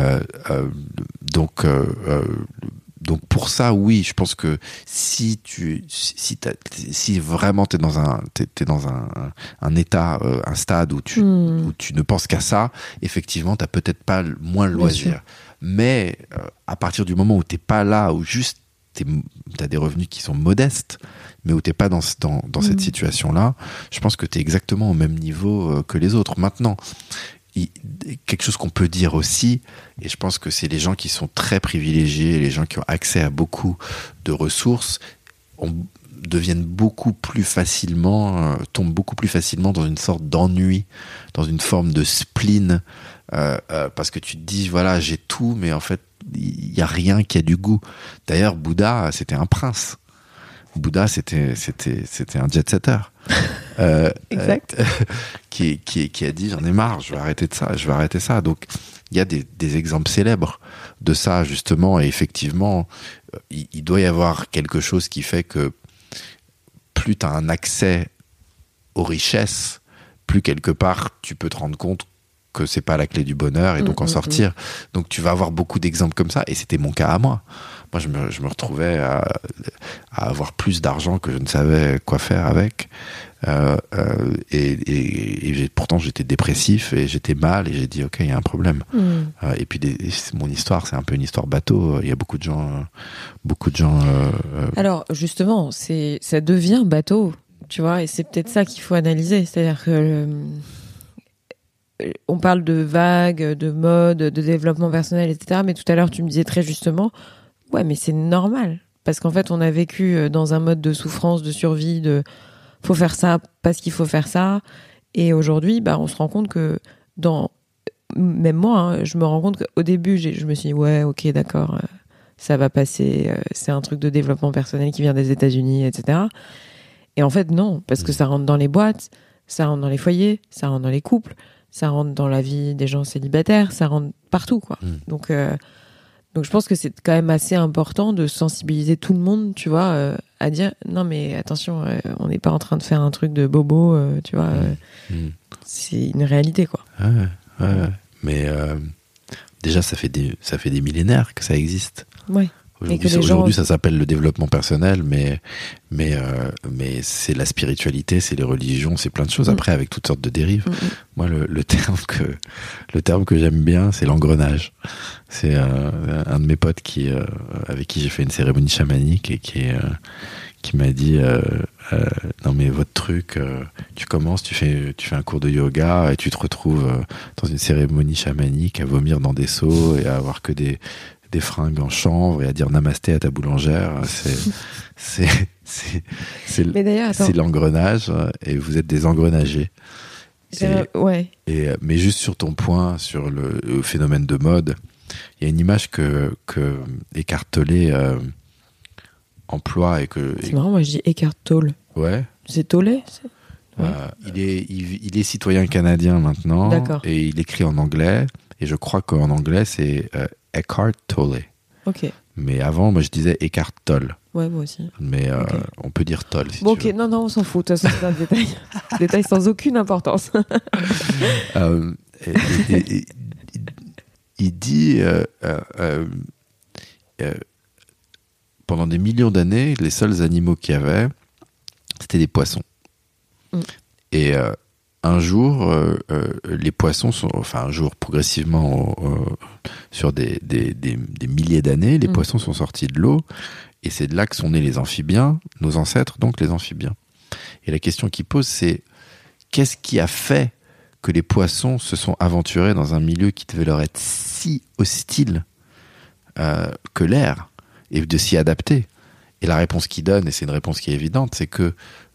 S2: Donc pour ça, oui, je pense que si vraiment t'es dans un état, un stade où tu ne penses qu'à ça, effectivement, t'as peut-être pas moins le loisir. Mais à partir du moment où t'es pas là, où juste t'as des revenus qui sont modestes, mais où t'es pas dans cette situation-là, je pense que t'es exactement au même niveau que les autres. Maintenant, quelque chose qu'on peut dire aussi, et je pense que c'est les gens qui sont très privilégiés, les gens qui ont accès à beaucoup de ressources, deviennent beaucoup plus facilement, tombent beaucoup plus facilement dans une sorte d'ennui, dans une forme de spleen, parce que tu te dis, voilà, j'ai tout, mais en fait, il y a rien qui a du goût. D'ailleurs, Bouddha, c'était un prince. Bouddha, c'était un jet-setter.
S3: Exact.
S2: Qui a dit, j'en ai marre, je vais arrêter ça. Donc, il y a des exemples célèbres de ça, justement, et effectivement, il doit y avoir quelque chose qui fait que plus tu as un accès aux richesses, plus quelque part, tu peux te rendre compte que c'est pas la clé du bonheur, et donc en sortir. Donc, tu vas avoir beaucoup d'exemples comme ça, et c'était mon cas à moi. Moi, je me retrouvais à avoir plus d'argent que je ne savais quoi faire avec. Et pourtant, j'étais dépressif et j'étais mal, et j'ai dit, OK, il y a un problème. Et puis, mon histoire, c'est un peu une histoire bateau. Il y a beaucoup de gens.
S3: Alors, justement, ça devient bateau, tu vois, et c'est peut-être ça qu'il faut analyser. C'est-à-dire que on parle de vagues, de mode, de développement personnel, etc. Mais tout à l'heure, tu me disais très justement, ouais, mais c'est normal. Parce qu'en fait, on a vécu dans un mode de souffrance, de survie, de faut faire ça parce qu'il faut faire ça. Et aujourd'hui, on se rend compte que même moi, je me rends compte qu'au début, je me suis dit, ouais, ok, d'accord, ça va passer. C'est un truc de développement personnel qui vient des États-Unis, etc. Et en fait, non, parce que ça rentre dans les boîtes, ça rentre dans les foyers, ça rentre dans les couples, ça rentre dans la vie des gens célibataires, ça rentre partout, quoi. Donc Donc je pense que c'est quand même assez important de sensibiliser tout le monde, tu vois, à dire non mais attention, on n'est pas en train de faire un truc de bobo, tu vois, c'est une réalité quoi.
S2: Ouais. Mais déjà ça fait des millénaires que ça existe.
S3: Ouais.
S2: Aujourd'hui, ça s'appelle le développement personnel, mais c'est la spiritualité, c'est les religions, c'est plein de choses. Après, avec toutes sortes de dérives. Moi, le terme que j'aime bien, c'est l'engrenage. C'est un de mes potes avec qui j'ai fait une cérémonie chamanique et qui m'a dit non mais votre truc, tu commences, tu fais un cours de yoga et tu te retrouves dans une cérémonie chamanique à vomir dans des seaux et à avoir que des fringues en chanvre et à dire namasté à ta boulangère. C'est l'engrenage et vous êtes des engrenagés. Mais juste sur ton point, sur le phénomène de mode, il y a une image que Eckhart Tolle emploie et que...
S3: C'est marrant, moi je dis Eckhart Tolle.
S2: Ouais.
S3: C'est Tolle
S2: ouais. Il est citoyen canadien maintenant.
S3: D'accord.
S2: Et il écrit en anglais. Et je crois qu'en anglais, c'est Eckhart Tolle.
S3: Ok.
S2: Mais avant, moi, je disais Eckhart Tolle.
S3: Ouais, moi aussi.
S2: Mais on peut dire Tolle si
S3: bon,
S2: tu veux.
S3: Ok, non, on s'en fout. De toute façon, c'est un détail. Détail sans aucune importance.
S2: Il dit... pendant des millions d'années, les seuls animaux qu'il y avait, c'était des poissons. Et un jour, les poissons progressivement, sur des milliers d'années, les poissons sont sortis de l'eau, et c'est de là que sont nés les amphibiens, nos ancêtres, donc les amphibiens. Et la question qu'il pose, c'est qu'est-ce qui a fait que les poissons se sont aventurés dans un milieu qui devait leur être si hostile que l'air, et de s'y adapter? Et la réponse qu'il donne, et c'est une réponse qui est évidente, c'est que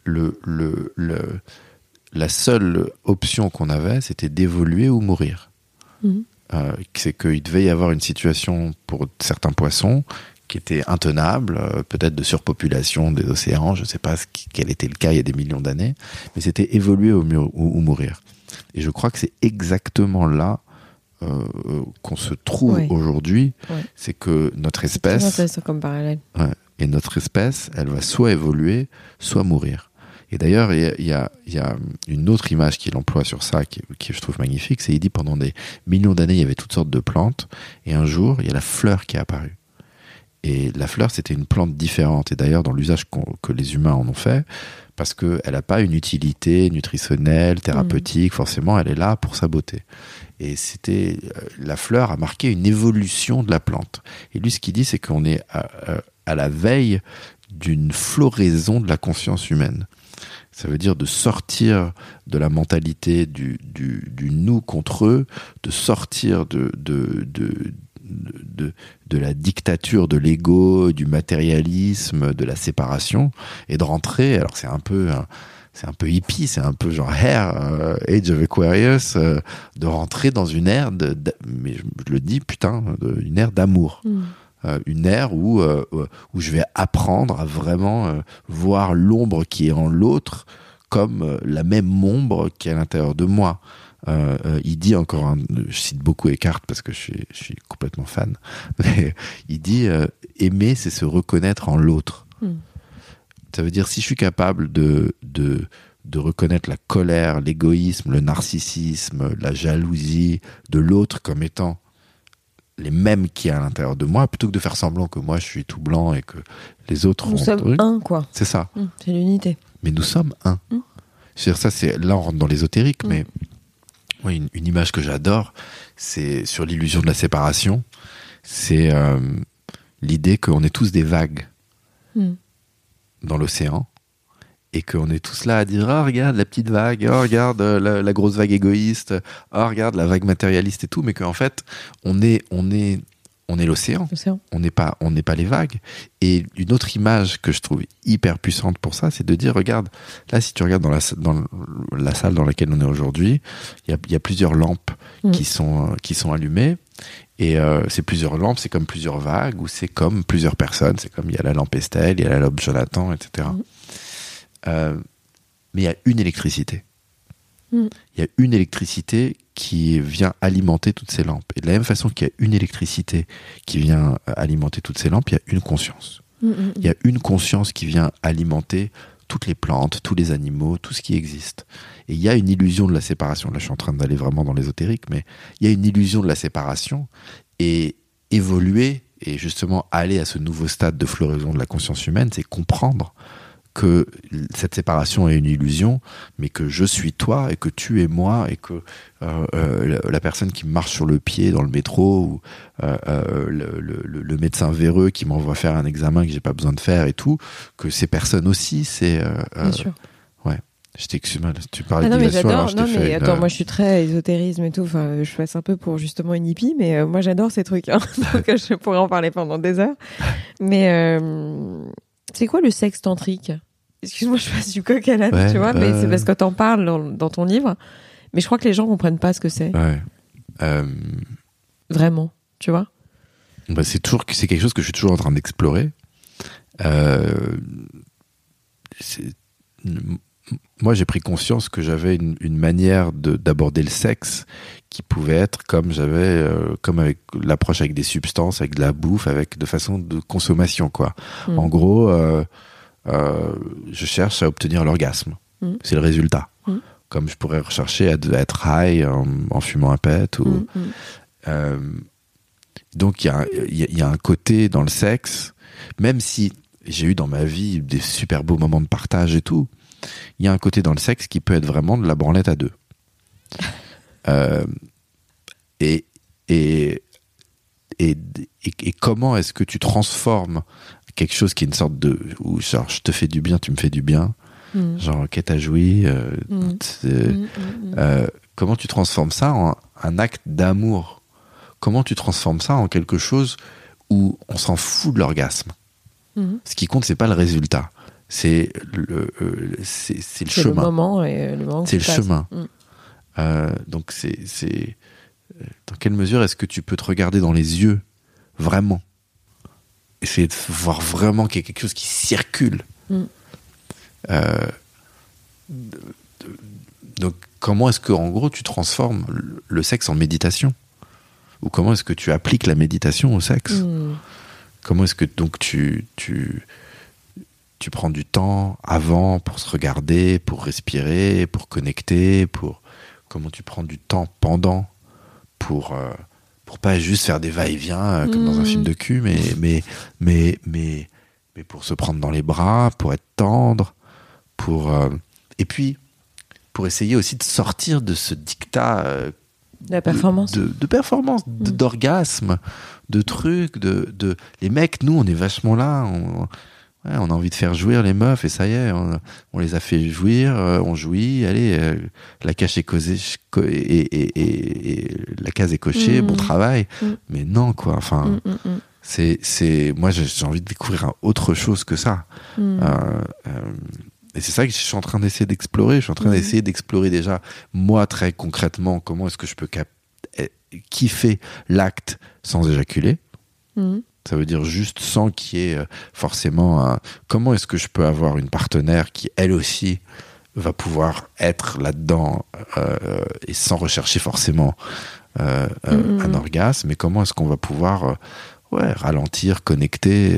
S2: la seule option qu'on avait, c'était d'évoluer ou mourir. C'est qu'il devait y avoir une situation pour certains poissons qui était intenable, peut-être de surpopulation des océans, je ne sais pas quel était le cas il y a des millions d'années, mais c'était évoluer ou mourir. Et je crois que c'est exactement là qu'on se trouve aujourd'hui, c'est que notre espèce...
S3: C'est intéressant comme parallèle.
S2: Et notre espèce, elle va soit évoluer, soit mourir. Et d'ailleurs, il y a une autre image qu'il emploie sur ça, qui je trouve magnifique, c'est il dit pendant des millions d'années, il y avait toutes sortes de plantes, et un jour, il y a la fleur qui est apparue. Et la fleur, c'était une plante différente. Et d'ailleurs, dans l'usage que les humains en ont fait, parce qu'elle n'a pas une utilité nutritionnelle, thérapeutique, forcément, elle est là pour sa beauté. Et la fleur a marqué une évolution de la plante. Et lui, ce qu'il dit, c'est qu'on est à la veille d'une floraison de la conscience humaine. Ça veut dire de sortir de la mentalité du nous contre eux, de sortir de la dictature de l'ego, du matérialisme, de la séparation, et de rentrer, alors c'est un peu hippie, c'est un peu genre Age of Aquarius, de rentrer dans une ère mais je le dis une ère d'amour. Une ère où je vais apprendre à vraiment voir l'ombre qui est en l'autre comme la même ombre qui est à l'intérieur de moi. Il dit encore, je cite beaucoup Eckhart parce que je suis complètement fan, mais il dit aimer, c'est se reconnaître en l'autre. Ça veut dire si je suis capable de reconnaître la colère, l'égoïsme, le narcissisme, la jalousie de l'autre comme étant les mêmes qui à l'intérieur de moi, plutôt que de faire semblant que moi je suis tout blanc et que les autres
S3: nous sommes un, quoi.
S2: C'est ça.
S3: C'est l'unité.
S2: Mais nous sommes un. C'est-à-dire ça, là on rentre dans l'ésotérique, mais oui, une image que j'adore, c'est sur l'illusion de la séparation. C'est l'idée qu'on est tous des vagues dans l'océan. Et qu'on est tous là à dire « Oh, regarde la petite vague, oh, regarde la grosse vague égoïste, oh, regarde la vague matérialiste et tout », mais qu'en fait, on est l'océan. On n'est pas les vagues. Et une autre image que je trouve hyper puissante pour ça, c'est de dire « Regarde, là, si tu regardes dans la salle dans laquelle on est aujourd'hui, il y a plusieurs lampes qui sont allumées. Et ces plusieurs lampes, c'est comme plusieurs vagues, ou c'est comme plusieurs personnes. C'est comme il y a la lampe Estelle, il y a la lampe Jonathan, etc. Mais il y a une électricité. Il y a une électricité qui vient alimenter toutes ces lampes. Et de la même façon qu'il y a une électricité qui vient alimenter toutes ces lampes, il y a une conscience. Il y a une conscience qui vient alimenter toutes les plantes, tous les animaux, tout ce qui existe. Et il y a une illusion de la séparation. Là, je suis en train d'aller vraiment dans l'ésotérique, mais il y a une illusion de la séparation. Et évoluer, et justement aller à ce nouveau stade de floraison de la conscience humaine, c'est comprendre que cette séparation est une illusion, mais que je suis toi et que tu es moi, et que la personne qui marche sur le pied dans le métro, ou le médecin véreux qui m'envoie faire un examen que j'ai pas besoin de faire et tout, que ces personnes aussi, c'est...
S3: Bien sûr.
S2: Ouais. Je t'excuse, tu parlais
S3: non, mais
S2: d'illusion, alors je
S3: j'adore.
S2: t'ai
S3: Non, mais
S2: fait
S3: attends, moi je suis très ésotérisme et tout. Enfin, je passe un peu pour justement une hippie, mais moi j'adore ces trucs. Hein. Donc je pourrais en parler pendant des heures. Mais c'est quoi le sexe tantrique? Excuse-moi, je passe du coq à l'âne, tu vois, mais c'est parce que t'en parles dans ton livre. Mais je crois que les gens comprennent pas ce que c'est.
S2: Ouais.
S3: Vraiment, tu vois.
S2: Bah, c'est quelque chose que je suis toujours en train d'explorer. Moi, j'ai pris conscience que j'avais une manière d'aborder le sexe qui pouvait être comme comme avec l'approche avec des substances, avec de la bouffe, de façon de consommation, quoi. En gros, je cherche à obtenir l'orgasme. C'est le résultat. Comme je pourrais rechercher à être high en fumant un pet. Donc, il y a un côté dans le sexe, même si j'ai eu dans ma vie des super beaux moments de partage et tout, il y a un côté dans le sexe qui peut être vraiment de la branlette à deux. Et comment est-ce que tu transformes quelque chose qui est une sorte de... où genre, je te fais du bien, tu me fais du bien. Genre, ok, t'as joui. Comment tu transformes ça en un acte d'amour? Comment tu transformes ça en quelque chose où on s'en fout de l'orgasme? Ce qui compte, c'est pas le résultat. C'est le chemin.
S3: Le moment et le moment.
S2: C'est le chemin. Donc c'est dans quelle mesure est-ce que tu peux te regarder dans les yeux vraiment, essayer de voir vraiment qu'il y a quelque chose qui circule. Donc comment est-ce que en gros tu transformes le sexe en méditation, ou comment est-ce que tu appliques la méditation au sexe? Comment est-ce que donc tu prends du temps avant pour se regarder, pour respirer, pour connecter, comment tu prends du temps pendant pour pas juste faire des va-et-vient comme dans un film de cul, mais pour se prendre dans les bras, pour être tendre, et puis pour essayer aussi de sortir de ce dictat
S3: la performance,
S2: de performance, d'orgasme, de trucs, les mecs, nous on est vachement là, on a envie de faire jouir les meufs, et ça y est, on les a fait jouir, on jouit, allez, la case est causée, et la case est cochée, bon travail. Mais non, quoi, enfin, moi j'ai envie de découvrir autre chose que ça. Et c'est ça que je suis en train d'essayer d'explorer. Je suis en train d'essayer d'explorer déjà, moi, très concrètement, comment est-ce que je peux kiffer l'acte sans éjaculer. Ça veut dire juste sans qu'il y ait forcément comment est-ce que je peux avoir une partenaire qui, elle aussi, va pouvoir être là-dedans et sans rechercher forcément un orgasme, mais comment est-ce qu'on va pouvoir ralentir, connecter.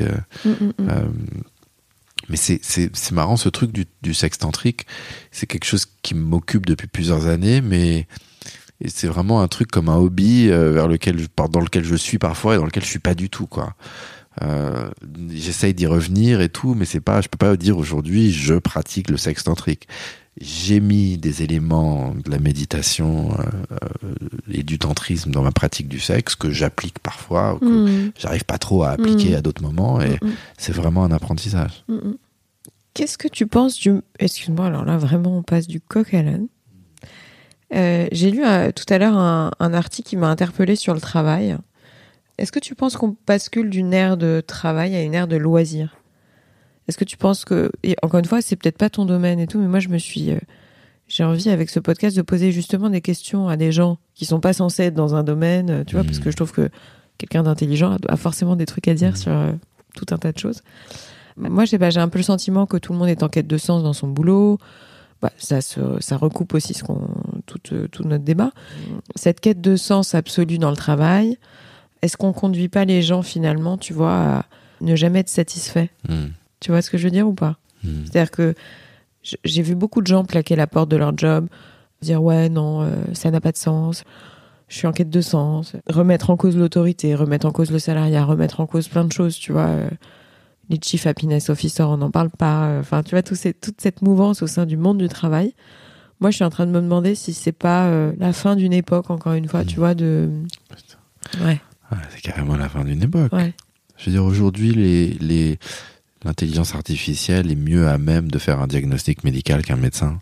S2: Mais c'est marrant, ce truc du sexe tantrique. C'est quelque chose qui m'occupe depuis plusieurs années, mais c'est vraiment un truc comme un hobby dans lequel je suis parfois et dans lequel je suis pas du tout, quoi. J'essaye d'y revenir et tout, mais je peux pas dire aujourd'hui je pratique le sexe tantrique. J'ai mis des éléments de la méditation et du tantrisme dans ma pratique du sexe que j'applique parfois, ou que j'arrive pas trop à appliquer à d'autres moments, et c'est vraiment un apprentissage.
S3: Qu'est-ce que tu penses Excuse-moi, alors là vraiment on passe du coq à l'âne. J'ai lu tout à l'heure un article qui m'a interpellée sur le travail. Est-ce que tu penses qu'on bascule d'une ère de travail à une ère de loisir? Est-ce que tu penses que... Et encore une fois, c'est peut-être pas ton domaine et tout, mais moi j'ai envie avec ce podcast de poser justement des questions à des gens qui sont pas censés être dans un domaine, tu vois, parce que je trouve que quelqu'un d'intelligent a forcément des trucs à dire sur tout un tas de choses. Moi, j'ai un peu le sentiment que tout le monde est en quête de sens dans son boulot. ça recoupe aussi tout notre débat. Cette quête de sens absolue dans le travail, est-ce qu'on conduit pas les gens finalement, tu vois, à ne jamais être satisfaits? Tu vois ce que je veux dire ou pas? C'est-à-dire que j'ai vu beaucoup de gens plaquer la porte de leur job, dire ouais non, ça n'a pas de sens, je suis en quête de sens, remettre en cause l'autorité, remettre en cause le salariat, remettre en cause plein de choses, tu vois. Les Chief Happiness Officer, on n'en parle pas. Enfin, tu vois, toute cette mouvance au sein du monde du travail. Moi, je suis en train de me demander si c'est pas la fin d'une époque, encore une fois, tu vois, de... Ouais.
S2: C'est carrément la fin d'une époque.
S3: Ouais.
S2: Je veux dire, aujourd'hui, l'intelligence artificielle est mieux à même de faire un diagnostic médical qu'un médecin.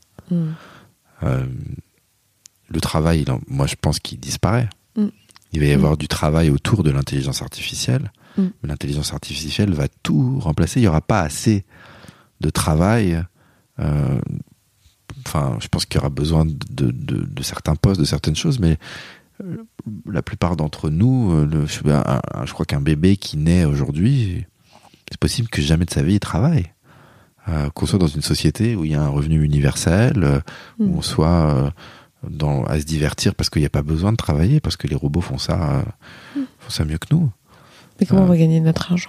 S2: Le travail, moi, je pense qu'il disparaît. Il va y avoir du travail autour de l'intelligence artificielle. Mais l'intelligence artificielle va tout remplacer. Il n'y aura pas assez de travail. Je pense qu'il y aura besoin de certains postes, de certaines choses, mais la plupart d'entre nous, je crois qu'un bébé qui naît aujourd'hui, c'est possible que jamais de sa vie il travaille. Qu'on soit dans une société où il y a un revenu universel, où on soit à se divertir parce qu'il n'y a pas besoin de travailler, parce que les robots font ça mieux que nous.
S3: Mais comment on va gagner notre argent?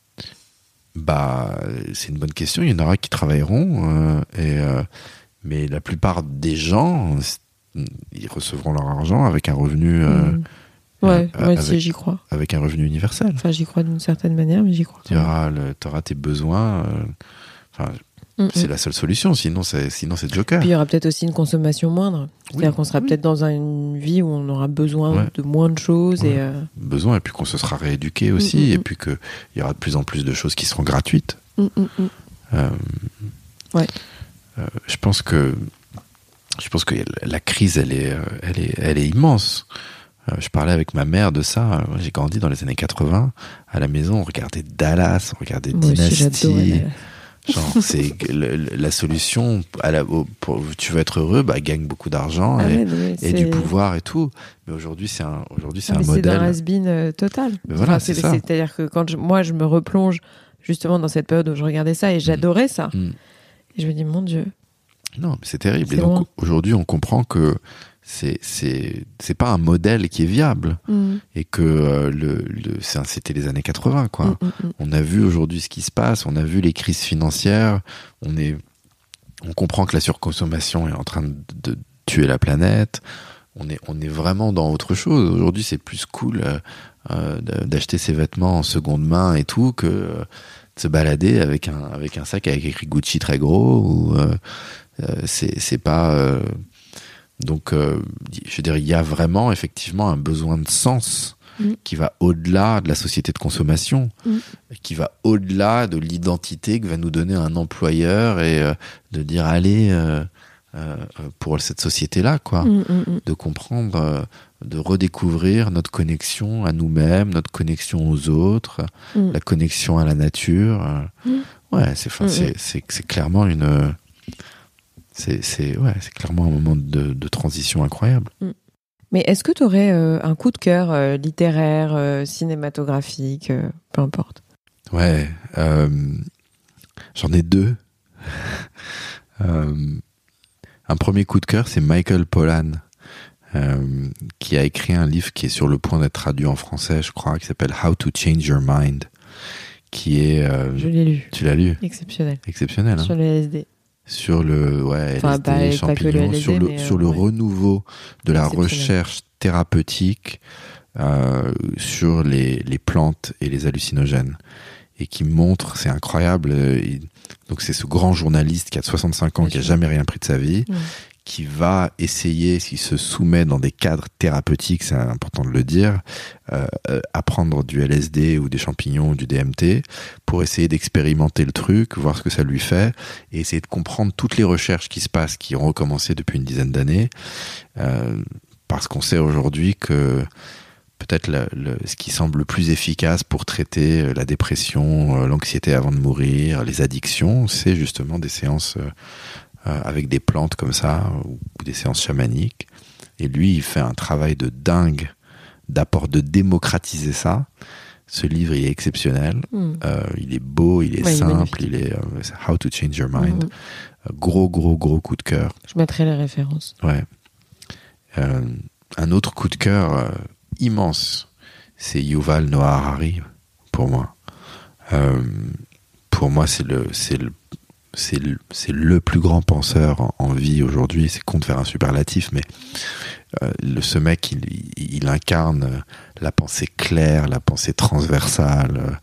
S2: C'est une bonne question. Il y en aura qui travailleront, mais la plupart des gens, ils recevront leur argent avec un revenu.
S3: Si j'y crois.
S2: Avec un revenu universel.
S3: Enfin, j'y crois d'une certaine manière, mais j'y crois.
S2: Tu auras tes besoins. C'est la seule solution. Sinon, c'est Joker.
S3: Puis il y aura peut-être aussi une consommation moindre. C'est-à-dire qu'on sera peut-être dans une vie où on aura besoin de moins de choses.
S2: Besoin, et puis qu'on se sera rééduqué aussi, et puis qu'il y aura de plus en plus de choses qui seront gratuites. Je pense que la crise, elle est immense. Je parlais avec ma mère de ça. J'ai grandi dans les années 80. À la maison, on regardait Dallas, on regardait Dynasty. Genre, c'est la solution. Tu veux être heureux, gagne beaucoup d'argent et du pouvoir et tout. Mais aujourd'hui, c'est un modèle.
S3: C'est un has-been total.
S2: Mais voilà, c'est ça.
S3: C'est-à-dire que quand moi, je me replonge justement dans cette période où je regardais ça et j'adorais ça. Et je me dis, mon Dieu.
S2: Non, mais c'est terrible. Et donc, aujourd'hui, on comprend que c'est pas un modèle qui est viable, et que c'était les années 80, quoi. On a vu aujourd'hui ce qui se passe, on a vu les crises financières, on comprend que la surconsommation est en train de tuer la planète. On est vraiment dans autre chose. Aujourd'hui, c'est plus cool d'acheter ses vêtements en seconde main et tout que de se balader avec un sac avec écrit Gucci très gros, ou c'est pas donc je veux dire, il y a vraiment effectivement un besoin de sens qui va au-delà de la société de consommation, qui va au-delà de l'identité que va nous donner un employeur, et de dire allez pour cette société-là, quoi. De comprendre, de redécouvrir notre connexion à nous-mêmes, notre connexion aux autres, la connexion à la nature. C'est clairement c'est clairement un moment de transition incroyable.
S3: Mais est-ce que tu aurais un coup de cœur littéraire, cinématographique, peu importe?
S2: Ouais, j'en ai deux. Un premier coup de cœur, c'est Michael Pollan, qui a écrit un livre qui est sur le point d'être traduit en français, je crois, qui s'appelle How to Change Your Mind, qui est...
S3: Je l'ai lu.
S2: Tu l'as lu?
S3: Exceptionnel.
S2: Exceptionnel, hein.
S3: Sur le LSD.
S2: Sur le LSD, champignons, sur le renouveau de la recherche thérapeutique sur les plantes et les hallucinogènes, et qui montre, c'est incroyable, donc c'est ce grand journaliste qui a 65 ans, qui a jamais rien pris de sa vie, qui va essayer, s'il se soumet dans des cadres thérapeutiques, c'est important de le dire, à prendre du LSD ou des champignons ou du DMT pour essayer d'expérimenter le truc, voir ce que ça lui fait, et essayer de comprendre toutes les recherches qui se passent, qui ont recommencé depuis une dizaine d'années, parce qu'on sait aujourd'hui que peut-être ce qui semble le plus efficace pour traiter la dépression, l'anxiété avant de mourir, les addictions, c'est justement des séances avec des plantes comme ça, ou des séances chamaniques. Et lui, il fait un travail de dingue, de démocratiser ça. Ce livre, il est exceptionnel. Il est beau, il est simple, il est How to Change Your Mind. Gros coup de cœur.
S3: Je mettrai les références.
S2: Ouais. Un autre coup de cœur immense, c'est Yuval Noah Harari, pour moi. Pour moi, c'est le plus grand penseur en vie aujourd'hui. C'est con de faire un superlatif, mais ce mec, il incarne la pensée claire, la pensée transversale.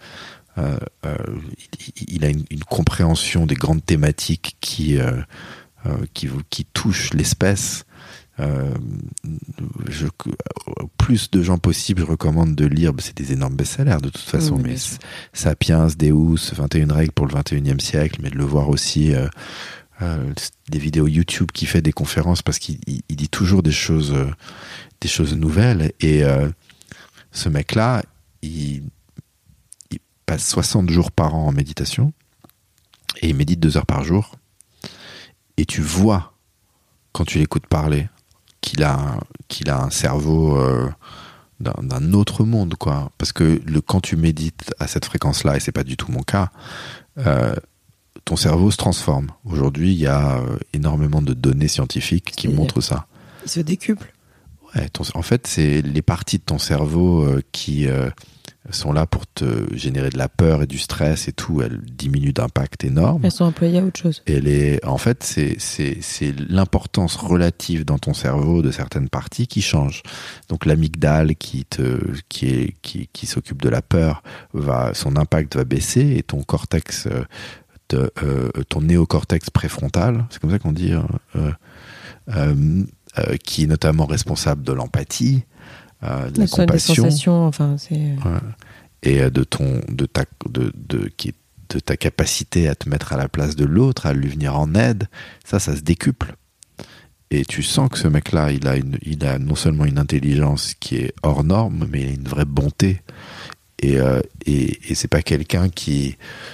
S2: Il a une compréhension des grandes thématiques qui touchent l'espèce. Plus de gens possible, je recommande de lire. C'est des énormes best-sellers de toute façon, mais Sapiens, Deus, 21 règles pour le 21e siècle, mais de le voir aussi des vidéos YouTube qui fait des conférences, parce qu'il dit toujours des choses nouvelles. Et ce mec-là, il passe 60 jours par an en méditation, et il médite 2 heures par jour, et tu vois, quand tu l'écoutes parler, qu'il a un cerveau d'un autre monde, quoi. Parce que quand tu médites à cette fréquence-là, et c'est pas du tout mon cas, ton cerveau se transforme. Aujourd'hui, il y a énormément de données scientifiques qui montrent ça.
S3: Il se décuple.
S2: Ouais, en fait, c'est les parties de ton cerveau qui sont là pour te générer de la peur et du stress et tout. Elles diminuent d'impact énorme.
S3: Elles sont employées à autre chose.
S2: Et en fait, c'est l'importance relative dans ton cerveau de certaines parties qui change. Donc l'amygdale qui s'occupe de la peur, son impact va baisser, et ton cortex, ton néocortex préfrontal, c'est comme ça qu'on dit, qui est notamment responsable de l'empathie, de la compassion, des
S3: sensations, enfin c'est
S2: et de ta capacité à te mettre à la place de l'autre, à lui venir en aide. Ça se décuple. Et tu sens que ce mec-là, il a non seulement une intelligence qui est hors norme, mais il a une vraie bonté. Et c'est pas quelqu'un qui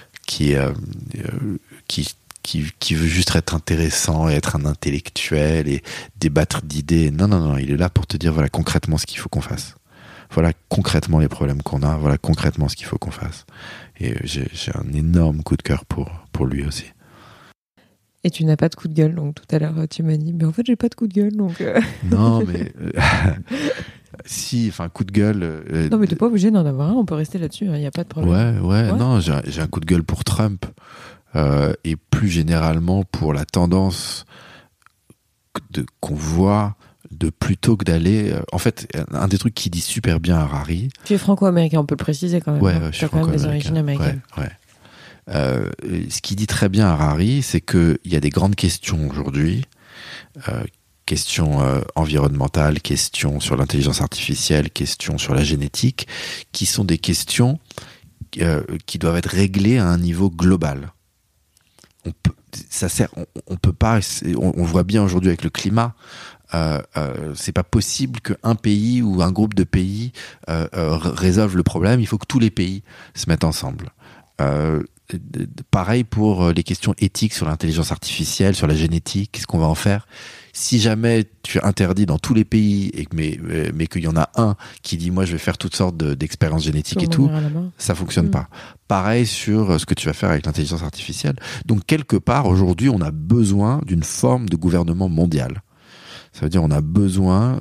S2: veut juste être intéressant et être un intellectuel et débattre d'idées. Non, il est là pour te dire, voilà concrètement ce qu'il faut qu'on fasse. Voilà concrètement les problèmes qu'on a. Voilà concrètement ce qu'il faut qu'on fasse. Et j'ai un énorme coup de cœur pour lui aussi.
S3: Et tu n'as pas de coup de gueule, donc tout à l'heure tu m'as dit, mais en fait j'ai pas de coup de gueule, donc...
S2: Non, mais... si, enfin, coup de gueule...
S3: non, mais t'es pas obligé d'en avoir un, on peut rester là-dessus, il n'y a pas de problème.
S2: Ouais. Non, j'ai un coup de gueule pour Trump. Et plus généralement pour la tendance qu'on voit de plutôt que d'aller... en fait, un des trucs qui dit super bien Harari...
S3: Tu es franco-américain, on peut le préciser quand même.
S2: Ouais, je suis franco-américain.
S3: T'as quand même des origines américaines.
S2: Ouais. Ce qui dit très bien Harari, c'est qu'il y a des grandes questions aujourd'hui, questions environnementales, questions sur l'intelligence artificielle, questions sur la génétique, qui sont des questions qui doivent être réglées à un niveau global. On peut pas, on voit bien aujourd'hui avec le climat, c'est pas possible qu'un pays ou un groupe de pays résolve le problème. Il faut que tous les pays se mettent ensemble. Pareil pour les questions éthiques sur l'intelligence artificielle, sur la génétique, qu'est-ce qu'on va en faire? Si jamais tu interdis dans tous les pays, mais qu'il y en a un qui dit moi je vais faire toutes sortes d'expériences génétiques et tout, ça fonctionne pas. Pareil sur ce que tu vas faire avec l'intelligence artificielle. Donc quelque part aujourd'hui on a besoin d'une forme de gouvernement mondial. Ça veut dire on a besoin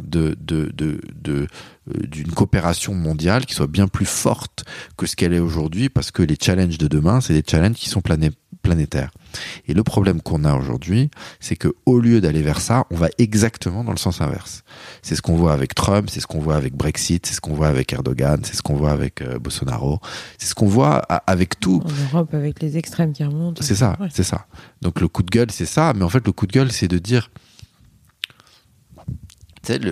S2: d'une coopération mondiale qui soit bien plus forte que ce qu'elle est aujourd'hui, parce que les challenges de demain, c'est des challenges qui sont planétaires. Et le problème qu'on a aujourd'hui, c'est que au lieu d'aller vers ça, on va exactement dans le sens inverse. C'est ce qu'on voit avec Trump, c'est ce qu'on voit avec Brexit, c'est ce qu'on voit avec Erdogan, c'est ce qu'on voit avec Bolsonaro, c'est ce qu'on voit avec tout.
S3: En Europe, avec les extrêmes qui remontent.
S2: C'est ça, ouais. C'est ça. Donc le coup de gueule, c'est ça, mais en fait le coup de gueule, c'est de dire... Tu sais,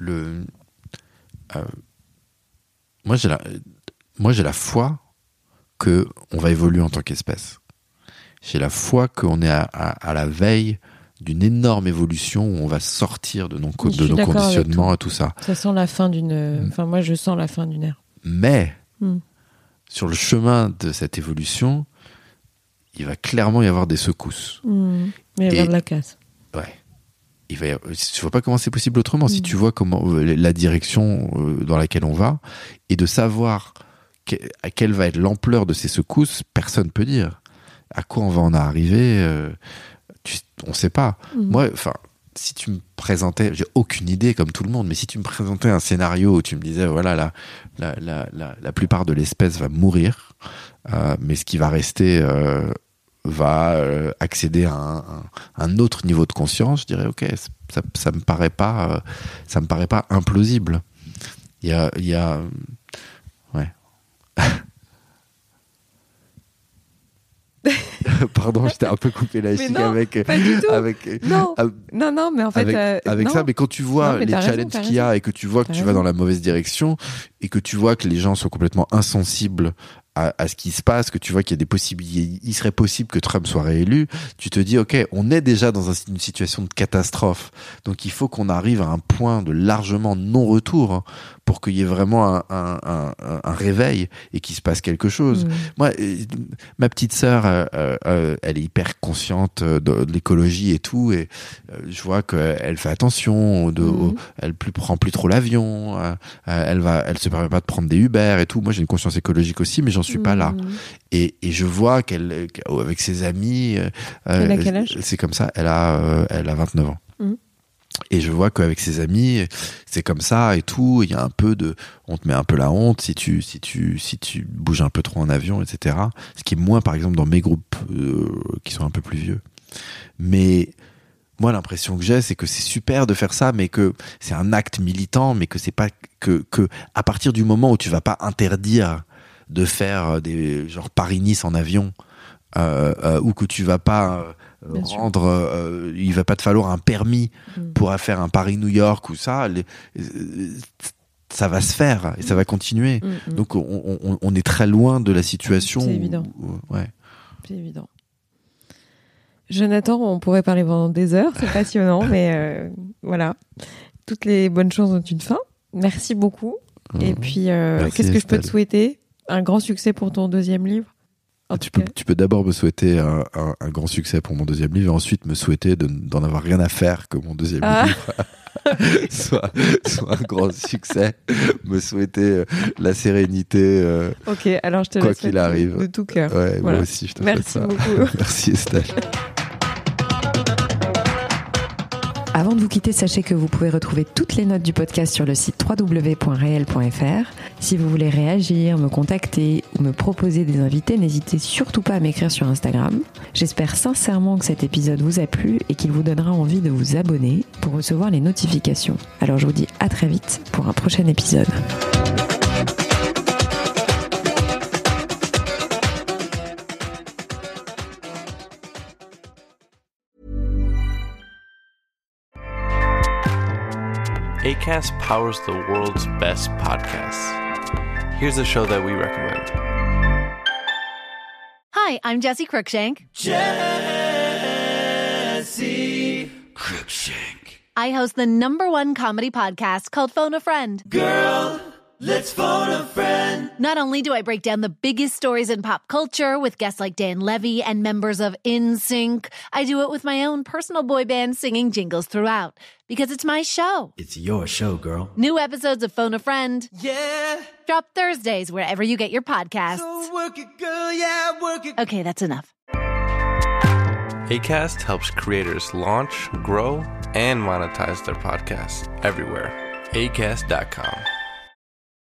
S2: moi j'ai la foi que on va évoluer en tant qu'espèce. J'ai la foi qu'on est à la veille d'une énorme évolution où on va sortir de nos conditionnements et tout ça.
S3: Ça sent la fin d'une... Enfin, moi, je sens la fin d'une ère.
S2: Mais, sur le chemin de cette évolution, il va clairement y avoir des secousses.
S3: Mais il va y avoir de la casse.
S2: Ouais. Tu vois pas comment c'est possible autrement. Si tu vois comment la direction dans laquelle on va, et de savoir quelle va être l'ampleur de ces secousses, personne peut dire. À quoi on va en arriver, on sait pas. Moi, enfin, si tu me présentais, j'ai aucune idée comme tout le monde, mais si tu me présentais un scénario où tu me disais, voilà, la plupart de l'espèce va mourir, mais ce qui va rester va accéder à un autre niveau de conscience, je dirais, ok, ça me paraît pas implausible. Il y a ouais. Pardon, je t'ai un peu coupé la chic avec.
S3: Pas du tout. Non, mais en fait.
S2: Avec
S3: non.
S2: ça, mais quand tu vois les challenges qu'il y a et que tu vois que tu vas dans la mauvaise direction et que tu vois que les gens sont complètement insensibles à ce qui se passe, que tu vois qu'il y a des possibilités, il serait possible que Trump soit réélu, tu te dis, ok, on est déjà dans une situation de catastrophe. Donc il faut qu'on arrive à un point de largement non-retour pour qu'il y ait vraiment un réveil et qu'il se passe quelque chose. Moi, ma petite sœur, elle est hyper consciente de l'écologie et tout, et je vois qu'elle fait attention, elle prend plus trop l'avion, elle se permet pas de prendre des Uber et tout. Moi, j'ai une conscience écologique aussi, mais j'en suis pas là. Et je vois qu'elle, avec ses amis,
S3: elle a quel âge ?
S2: C'est comme ça. Elle a 29 ans. Et je vois qu'avec ses amis, c'est comme ça et tout. Il y a un peu on te met un peu la honte si tu bouges un peu trop en avion, etc. Ce qui est moins, par exemple, dans mes groupes qui sont un peu plus vieux. Mais moi, l'impression que j'ai, c'est que c'est super de faire ça, mais que c'est un acte militant, mais que c'est pas que à partir du moment où tu vas pas interdire de faire des genre Paris-Nice en avion, ou que tu vas pas il va pas te falloir un permis pour faire un Paris-New York ou ça, ça va se faire et ça va continuer. Donc on est très loin de la situation.
S3: C'est évident.
S2: Ouais.
S3: C'est évident. Jonathan, on pourrait parler pendant des heures, c'est passionnant, mais voilà. Toutes les bonnes choses ont une fin. Merci beaucoup. Et puis, qu'est-ce que je peux te souhaiter ? Un grand succès pour ton deuxième livre.
S2: Tu peux d'abord me souhaiter un grand succès pour mon deuxième livre et ensuite me souhaiter d'en avoir rien à faire que mon deuxième livre soit un grand succès. Me souhaiter la sérénité.
S3: Ok, alors je te
S2: quoi
S3: le
S2: qu'il arrive.
S3: de tout cœur.
S2: Ouais,
S3: voilà.
S2: Moi aussi, je te souhaite ça.
S3: Merci beaucoup.
S2: Merci Estelle.
S1: Avant de vous quitter, sachez que vous pouvez retrouver toutes les notes du podcast sur le site www.reel.fr. Si vous voulez réagir, me contacter ou me proposer des invités, n'hésitez surtout pas à m'écrire sur Instagram. J'espère sincèrement que cet épisode vous a plu et qu'il vous donnera envie de vous abonner pour recevoir les notifications. Alors je vous dis à très vite pour un prochain épisode.
S6: Acast powers the world's best podcasts. Here's a show that we recommend.
S7: Hi, I'm Jessie Cruikshank.
S8: Jessie Cruikshank.
S7: I host the #1 comedy podcast called Phone a Friend.
S8: Girl, let's phone a friend.
S7: Not only do I break down the biggest stories in pop culture with guests like Dan Levy and members of NSYNC, I do it with my own personal boy band singing jingles throughout. Because it's my show.
S8: It's your show, girl.
S7: New episodes of Phone a Friend
S8: Yeah.
S7: drop Thursdays wherever you get your podcasts.
S8: So work it, girl, yeah, work it.
S7: Okay, that's enough.
S6: Acast helps creators launch, grow, and monetize their podcasts everywhere. Acast.com.